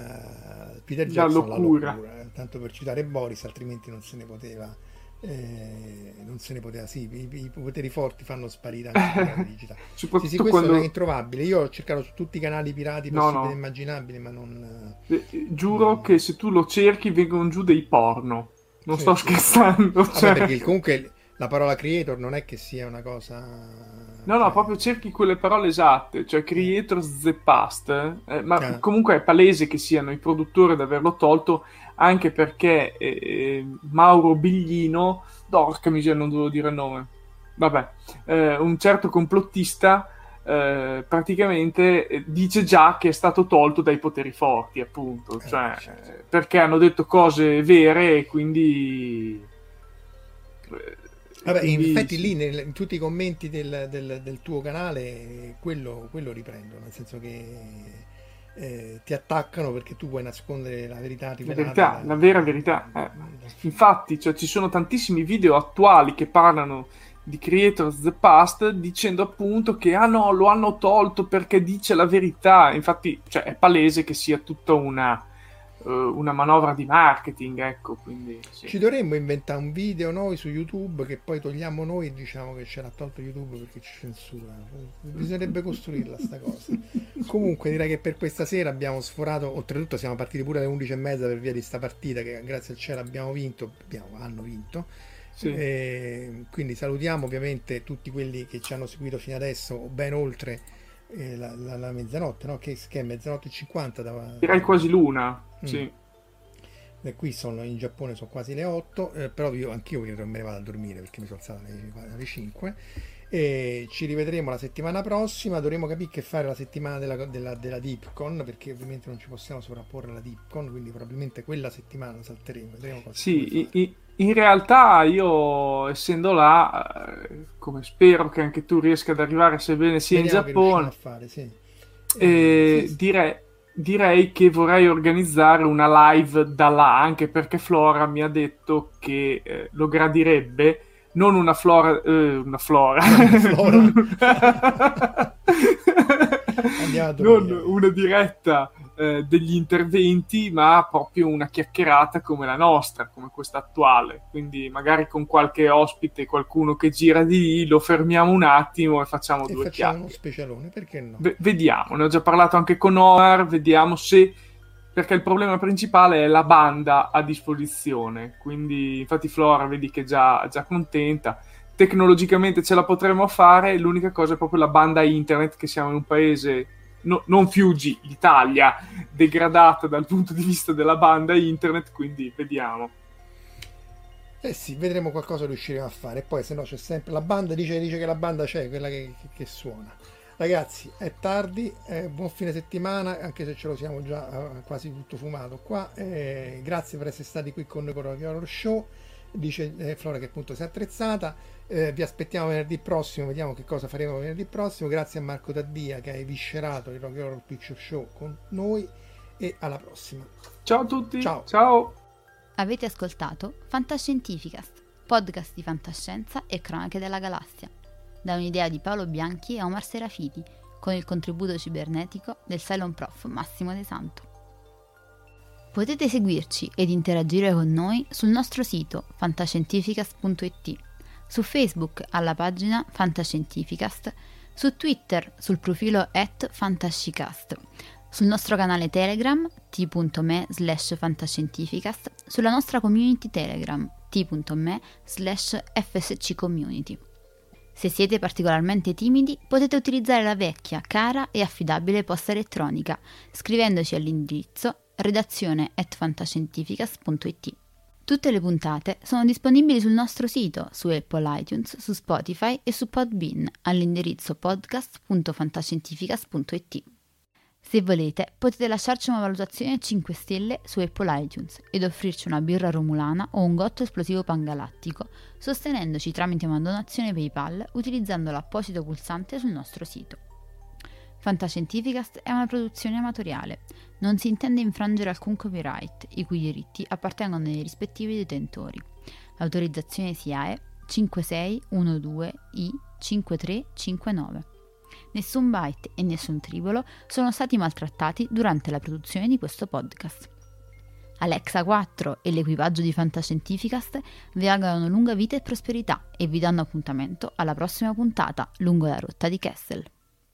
eh, Peter Jackson la locura. la locura, tanto per citare Boris, altrimenti non se ne poteva Eh, non se ne poteva, sì, i, i poteri forti fanno sparire anche la digitale. Sì, sì, questo quando... è introvabile. Io ho cercato su tutti i canali pirati possibili no, no. e immaginabili, ma non eh, giuro non... che se tu lo cerchi vengono giù dei porno. Non sì, sto sì. scherzando. Vabbè, cioè... perché comunque la parola creator non è che sia una cosa. No, no, proprio cerchi quelle parole esatte, cioè creators the past, eh, ma ah. comunque è palese che siano i produttori ad averlo tolto, anche perché eh, Mauro Biglino, porca miseria, non dovevo dire il nome, vabbè, eh, un certo complottista eh, praticamente eh, dice già che è stato tolto dai poteri forti, appunto, eh, cioè certo. perché hanno detto cose vere e quindi... Eh, Vabbè, in effetti lì nel, in tutti i commenti del, del, del tuo canale quello, quello riprendono, nel senso che eh, ti attaccano perché tu vuoi nascondere la verità, la verità, la, la vera verità. Eh. Infatti, cioè, ci sono tantissimi video attuali che parlano di Creators the Past dicendo appunto che ah no, lo hanno tolto perché dice la verità. Infatti, cioè, è palese che sia tutta una una manovra di marketing, ecco, quindi sì. Ci dovremmo inventare un video noi su YouTube che poi togliamo noi e diciamo che ce l'ha tolto YouTube perché ci censura. Bisognerebbe costruirla sta cosa. Comunque direi che per questa sera abbiamo sforato, oltretutto siamo partiti pure alle undici e mezza per via di sta partita che grazie al cielo abbiamo vinto, abbiamo, hanno vinto. Sì. E quindi salutiamo ovviamente tutti quelli che ci hanno seguito fino adesso, ben oltre eh, la, la, la mezzanotte, no? Che, che è mezzanotte e cinquanta da, direi quasi l'una. Mm. Sì. E qui sono in Giappone, sono quasi le otto, eh, però io anch'io me ne vado a dormire perché mi sono alzato alle, alle cinque. E ci rivedremo la settimana prossima. Dovremo capire che fare la settimana della, della, della DeepCon, perché ovviamente non ci possiamo sovrapporre alla DeepCon, quindi probabilmente quella settimana salteremo. Vedremo cosa sì, in, in realtà io essendo là, eh, come spero che anche tu riesca ad arrivare sebbene sia Vediamo in Giappone, a fare, sì. eh, eh, sì, direi, direi che vorrei organizzare una live da là, anche perché Flora mi ha detto che eh, lo gradirebbe. Non una flora, eh, una flora, flora. non una diretta eh, degli interventi, ma proprio una chiacchierata come la nostra, come questa attuale. Quindi magari con qualche ospite, qualcuno che gira di lì, lo fermiamo un attimo e facciamo e due facciamo chiacchiere. Uno specialone, perché no? V- vediamo, ne ho già parlato anche con Omar, vediamo se... perché il problema principale è la banda a disposizione, quindi infatti Flora vedi che è già, già contenta, tecnologicamente ce la potremo fare, l'unica cosa è proprio la banda internet, che siamo in un paese, no, non Fiuggi, l'Italia, degradata dal punto di vista della banda internet, quindi vediamo. Eh sì, vedremo qualcosa riusciremo a fare, e poi se no c'è sempre la banda, dice, dice che la banda c'è, quella che, che, che suona. Ragazzi, è tardi, eh, buon fine settimana, anche se ce lo siamo già eh, quasi tutto fumato qua. Eh, grazie per essere stati qui con noi con Rocky Horror Show. Dice eh, Flora che appunto si è attrezzata. Eh, vi aspettiamo venerdì prossimo, vediamo che cosa faremo venerdì prossimo. Grazie a Marco Taddia che ha eviscerato il Rocky Horror Picture Show con noi e alla prossima. Ciao a tutti. Ciao. Ciao. Avete ascoltato Fantascientificast, podcast di fantascienza e cronache della galassia, da un'idea di Paolo Bianchi e Omar Serafiti, con il contributo cibernetico del Cylon Prof Massimo De Santo. Potete seguirci ed interagire con noi sul nostro sito fantascientificast punto it, su Facebook alla pagina Fantascientificast, su Twitter sul profilo at fantascicast, sul nostro canale Telegram t.me slash fantascientificast, sulla nostra community Telegram t.me slash fsccommunity. Se siete particolarmente timidi, potete utilizzare la vecchia, cara e affidabile posta elettronica, scrivendoci all'indirizzo redazione at fantascientificast punto it. Tutte le puntate sono disponibili sul nostro sito, su Apple iTunes, su Spotify e su Podbean, all'indirizzo podcast punto fantascientificast punto it. Se volete, potete lasciarci una valutazione cinque stelle su Apple iTunes ed offrirci una birra romulana o un gotto esplosivo pangalattico, sostenendoci tramite una donazione PayPal utilizzando l'apposito pulsante sul nostro sito. Fantascientificast è una produzione amatoriale, non si intende infrangere alcun copyright, i cui diritti appartengono ai rispettivi detentori. L'autorizzazione S I A E cinque sei uno due I cinque tre cinque nove. Nessun byte e nessun tribolo sono stati maltrattati durante la produzione di questo podcast. Alexa quattro e l'equipaggio di Fantascientificast vi augurano lunga vita e prosperità e vi danno appuntamento alla prossima puntata lungo la rotta di Kessel.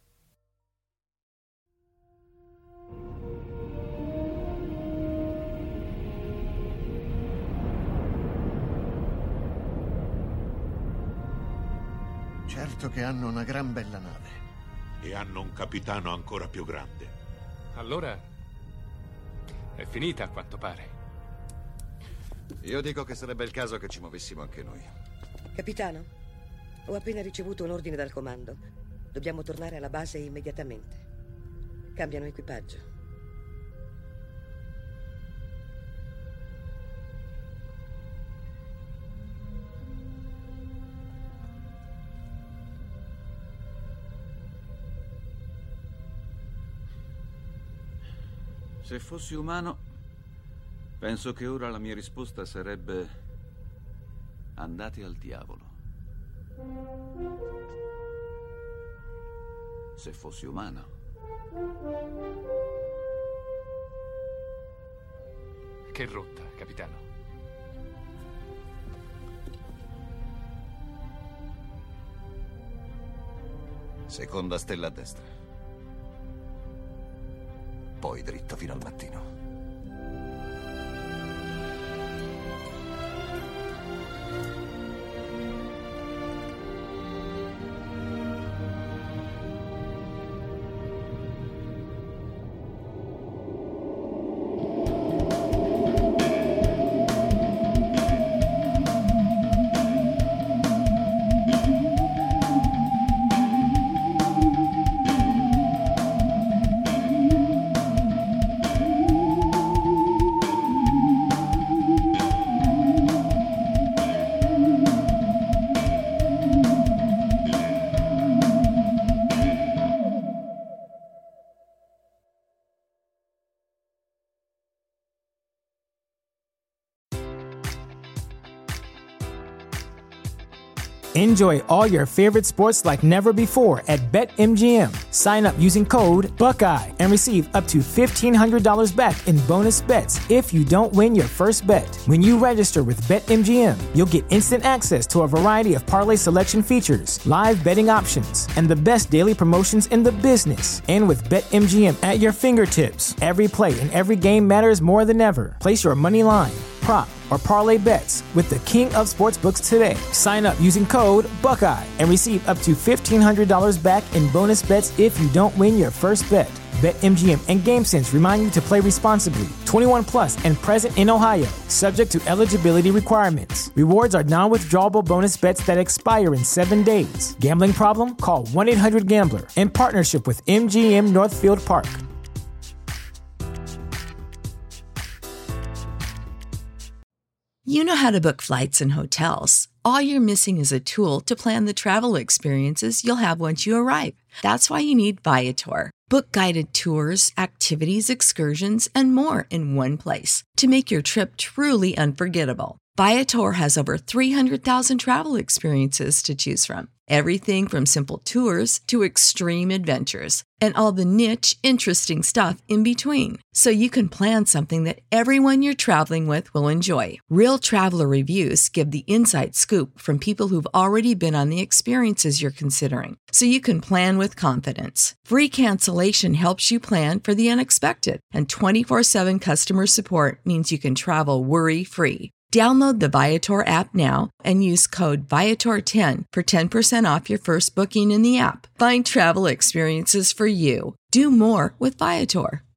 Certo che hanno una gran bella nave. E hanno un capitano ancora più grande. Allora è finita a quanto pare. Io dico che sarebbe il caso che ci muovessimo anche noi. Capitano, ho appena ricevuto un ordine dal comando. Dobbiamo tornare alla base immediatamente. Cambiano equipaggio. Se fossi umano, penso che ora la mia risposta sarebbe: andate al diavolo. Se fossi umano. Che rotta, capitano? Seconda stella a destra. Poi dritto fino al mattino. Enjoy all your favorite sports like never before at BetMGM. Sign up using code Buckeye and receive up to fifteen hundred dollars back in bonus bets if you don't win your first bet. When you register with BetMGM, you'll get instant access to a variety of parlay selection features, live betting options, and the best daily promotions in the business. And with BetMGM at your fingertips, every play and every game matters more than ever. Place your money line, prop, or parlay bets with the king of sportsbooks today. Sign up using code Buckeye and receive up to fifteen hundred dollars back in bonus bets if you don't win your first bet. BetMGM and GameSense remind you to play responsibly. twenty-one plus and present in Ohio, subject to eligibility requirements. Rewards are non-withdrawable bonus bets that expire in seven days. Gambling problem? Call one eight hundred gambler in partnership with M G M Northfield Park. You know how to book flights and hotels. All you're missing is a tool to plan the travel experiences you'll have once you arrive. That's why you need Viator. Book guided tours, activities, excursions, and more in one place to make your trip truly unforgettable. Viator has over three hundred thousand travel experiences to choose from. Everything from simple tours to extreme adventures and all the niche, interesting stuff in between. So you can plan something that everyone you're traveling with will enjoy. Real traveler reviews give the inside scoop from people who've already been on the experiences you're considering. So you can plan with confidence. Free cancellation helps you plan for the unexpected. And twenty-four seven customer support means you can travel worry-free. Download the Viator app now and use code Viator ten for ten percent off your first booking in the app. Find travel experiences for you. Do more with Viator.